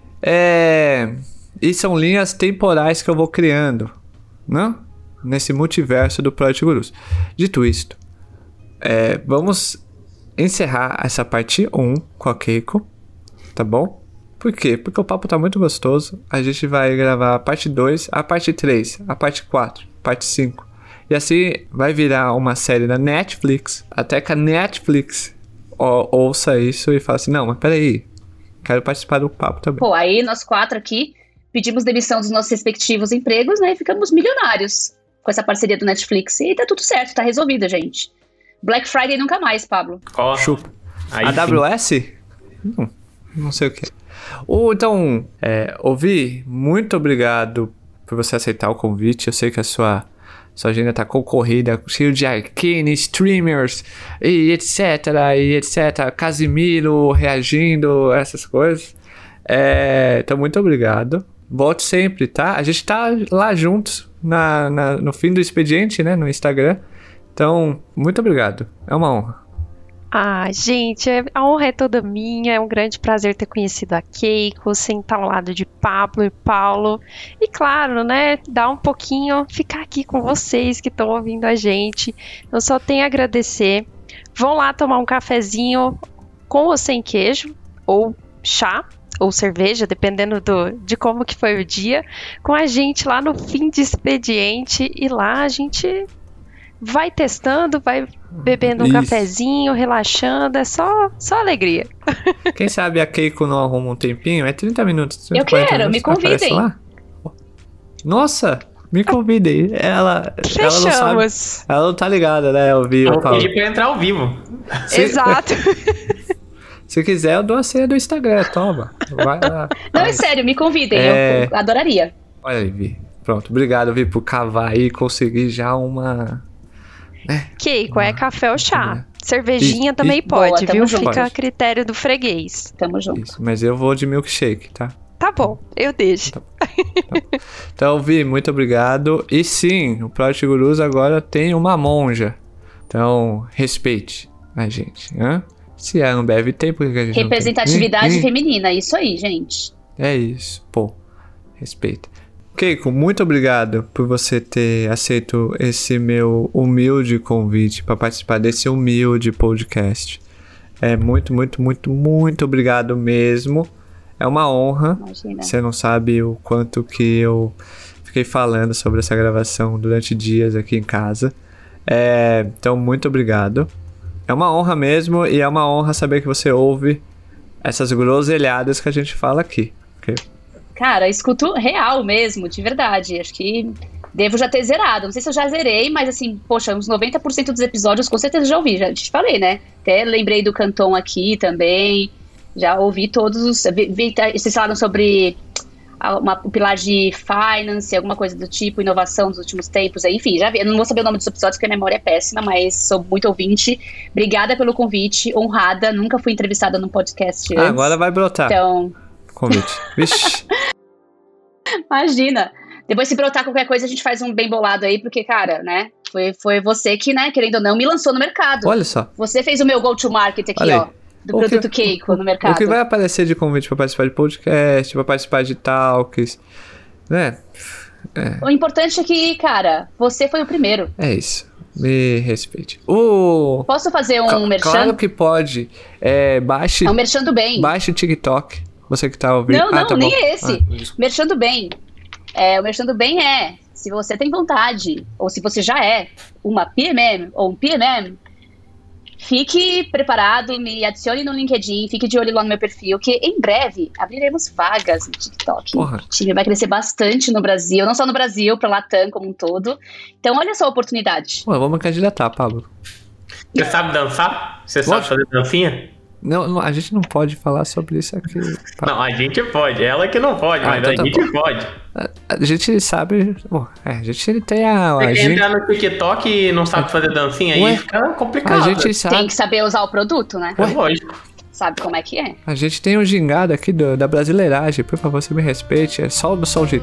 E são linhas temporais que eu vou criando, não? Nesse multiverso do Project Gurus. Dito isto, vamos encerrar essa parte 1 com a Keiko, tá bom? Por quê? Porque o papo tá muito gostoso. A gente vai gravar a parte 2, a parte 3, a parte 4, a parte 5. E assim vai virar uma série da Netflix. Até que a Netflix ouça isso e fale assim, não, mas peraí, quero participar do papo também. Pô, aí nós 4 aqui pedimos demissão dos nossos respectivos empregos, né? E ficamos milionários com essa parceria do Netflix. E tá tudo certo, tá resolvido, gente. Black Friday nunca mais, Pablo. Ó, Chupa. aí AWS? Não sei o que é. Então, Ouvi, muito obrigado por você aceitar o convite. Eu sei que a sua agenda tá concorrida, cheio de Arcane, streamers e etc, Casimiro reagindo, essas coisas. Então, muito obrigado. Volte sempre, tá? A gente tá lá juntos no fim do expediente, né? No Instagram. Então, muito obrigado. É uma honra. Gente, a honra é toda minha, é um grande prazer ter conhecido a Keiko, sentar ao lado de Pablo e Paulo, e claro, né, dar um pouquinho, ficar aqui com vocês que estão ouvindo a gente. Eu só tenho a agradecer. Vão lá tomar um cafezinho com ou sem queijo, ou chá, ou cerveja, dependendo de como que foi o dia, com a gente lá no fim de expediente, e lá a gente vai testando, vai bebendo um cafezinho, relaxando, é só alegria. Quem sabe a Keiko não arruma um tempinho? É 30 minutos. Eu quero, me convidem. Nossa, me convidem. Ela não sabe. Ela não tá ligada, né? Eu pedi pra entrar ao vivo. Exato. Se quiser, eu dou a senha do Instagram, toma. Vai lá. Não, é sério, me convidem, eu adoraria. Olha aí, Vi. Pronto, obrigado, Vi, por cavar aí e conseguir já uma... Keiko, é café ou chá. Cervejinha também pode, boa, viu? junto. Fica a critério do freguês. Tamo junto. Isso, mas eu vou de milkshake, tá? Tá bom, eu deixo. Tá. Então, Vi, muito obrigado. E sim, o Project Gurus agora tem uma monja. Então, respeite a gente, né? Se a Ambev tem, por que a gente representatividade não tem? feminina, isso aí, gente. É isso, pô. Respeita. Keiko, muito obrigado por você ter aceito esse meu humilde convite para participar desse humilde podcast. Muito, muito, muito, muito obrigado mesmo. É uma honra. Imagina. Você não sabe o quanto que eu fiquei falando sobre essa gravação durante dias aqui em casa. Então, muito obrigado. É uma honra mesmo, e é uma honra saber que você ouve essas groselhadas que a gente fala aqui. Okay? Cara, escuto real mesmo, de verdade. Acho que devo já ter zerado. Não sei se eu já zerei, mas assim, poxa, uns 90% dos episódios com certeza já ouvi. Já te falei, né? Até lembrei do Canton aqui também. Já ouvi todos os... Vocês falaram sobre o pilar de finance, alguma coisa do tipo, inovação dos últimos tempos. Enfim, já vi. Eu não vou saber o nome dos episódios porque a memória é péssima, mas sou muito ouvinte. Obrigada pelo convite, honrada. Nunca fui entrevistada num podcast antes. Agora vai brotar. Então... Convite. Vixe. Imagina. Depois, se brotar qualquer coisa, a gente faz um bem bolado aí, porque, cara, né? Foi você que, né, querendo ou não, me lançou no mercado. Olha só. Você fez o meu go-to-market aqui, ó, do produto Keiko no mercado. O que vai aparecer de convite pra participar de podcast, pra participar de talks, né? O importante é que, cara, você foi o primeiro. É isso. Me respeite. Posso fazer um merchan? Claro que pode. Baixe. É um merchan do bem. Baixe o TikTok. Você que tá ouvindo. Não, tá nem bom. esse. Merchan do bem. O merchan do bem se você tem vontade, ou se você já é uma PMM ou um PMM, fique preparado, me adicione no LinkedIn, fique de olho lá no meu perfil, que em breve abriremos vagas no TikTok. Porra. O time vai crescer bastante no Brasil, não só no Brasil, pra Latam como um todo. Então olha só a oportunidade. Pô, vamos candidatar, Pablo. Você sabe dançar? Você sabe fazer dancinha? Não, a gente não pode falar sobre isso aqui. Pablo. Não, a gente pode. Ela que não pode, mas então a gente pode. A gente sabe... Bom, a gente tem Você quer entrar no TikTok e não sabe fazer dancinha, aí fica complicado. A gente sabe... Tem que saber usar o produto, né? É lógico. Sabe como é que é? A gente tem um gingado aqui da brasileiragem. Por favor, você me respeite. É só do som de...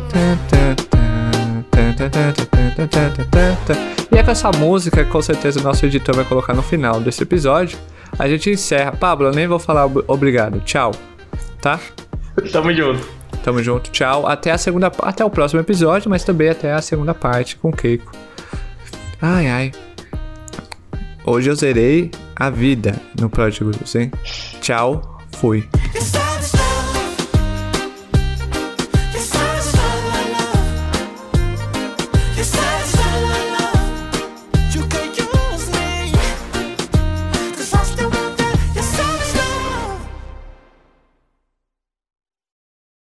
E é com essa música que com certeza o nosso editor vai colocar no final desse episódio. A gente encerra. Pablo, eu nem vou falar obrigado. Tchau. Tá? Tamo junto. Tamo junto. Tchau. Até o próximo episódio, mas também até a segunda parte com o Keiko. Ai. Hoje eu zerei a vida no Project Gurus, hein? Tchau. Fui.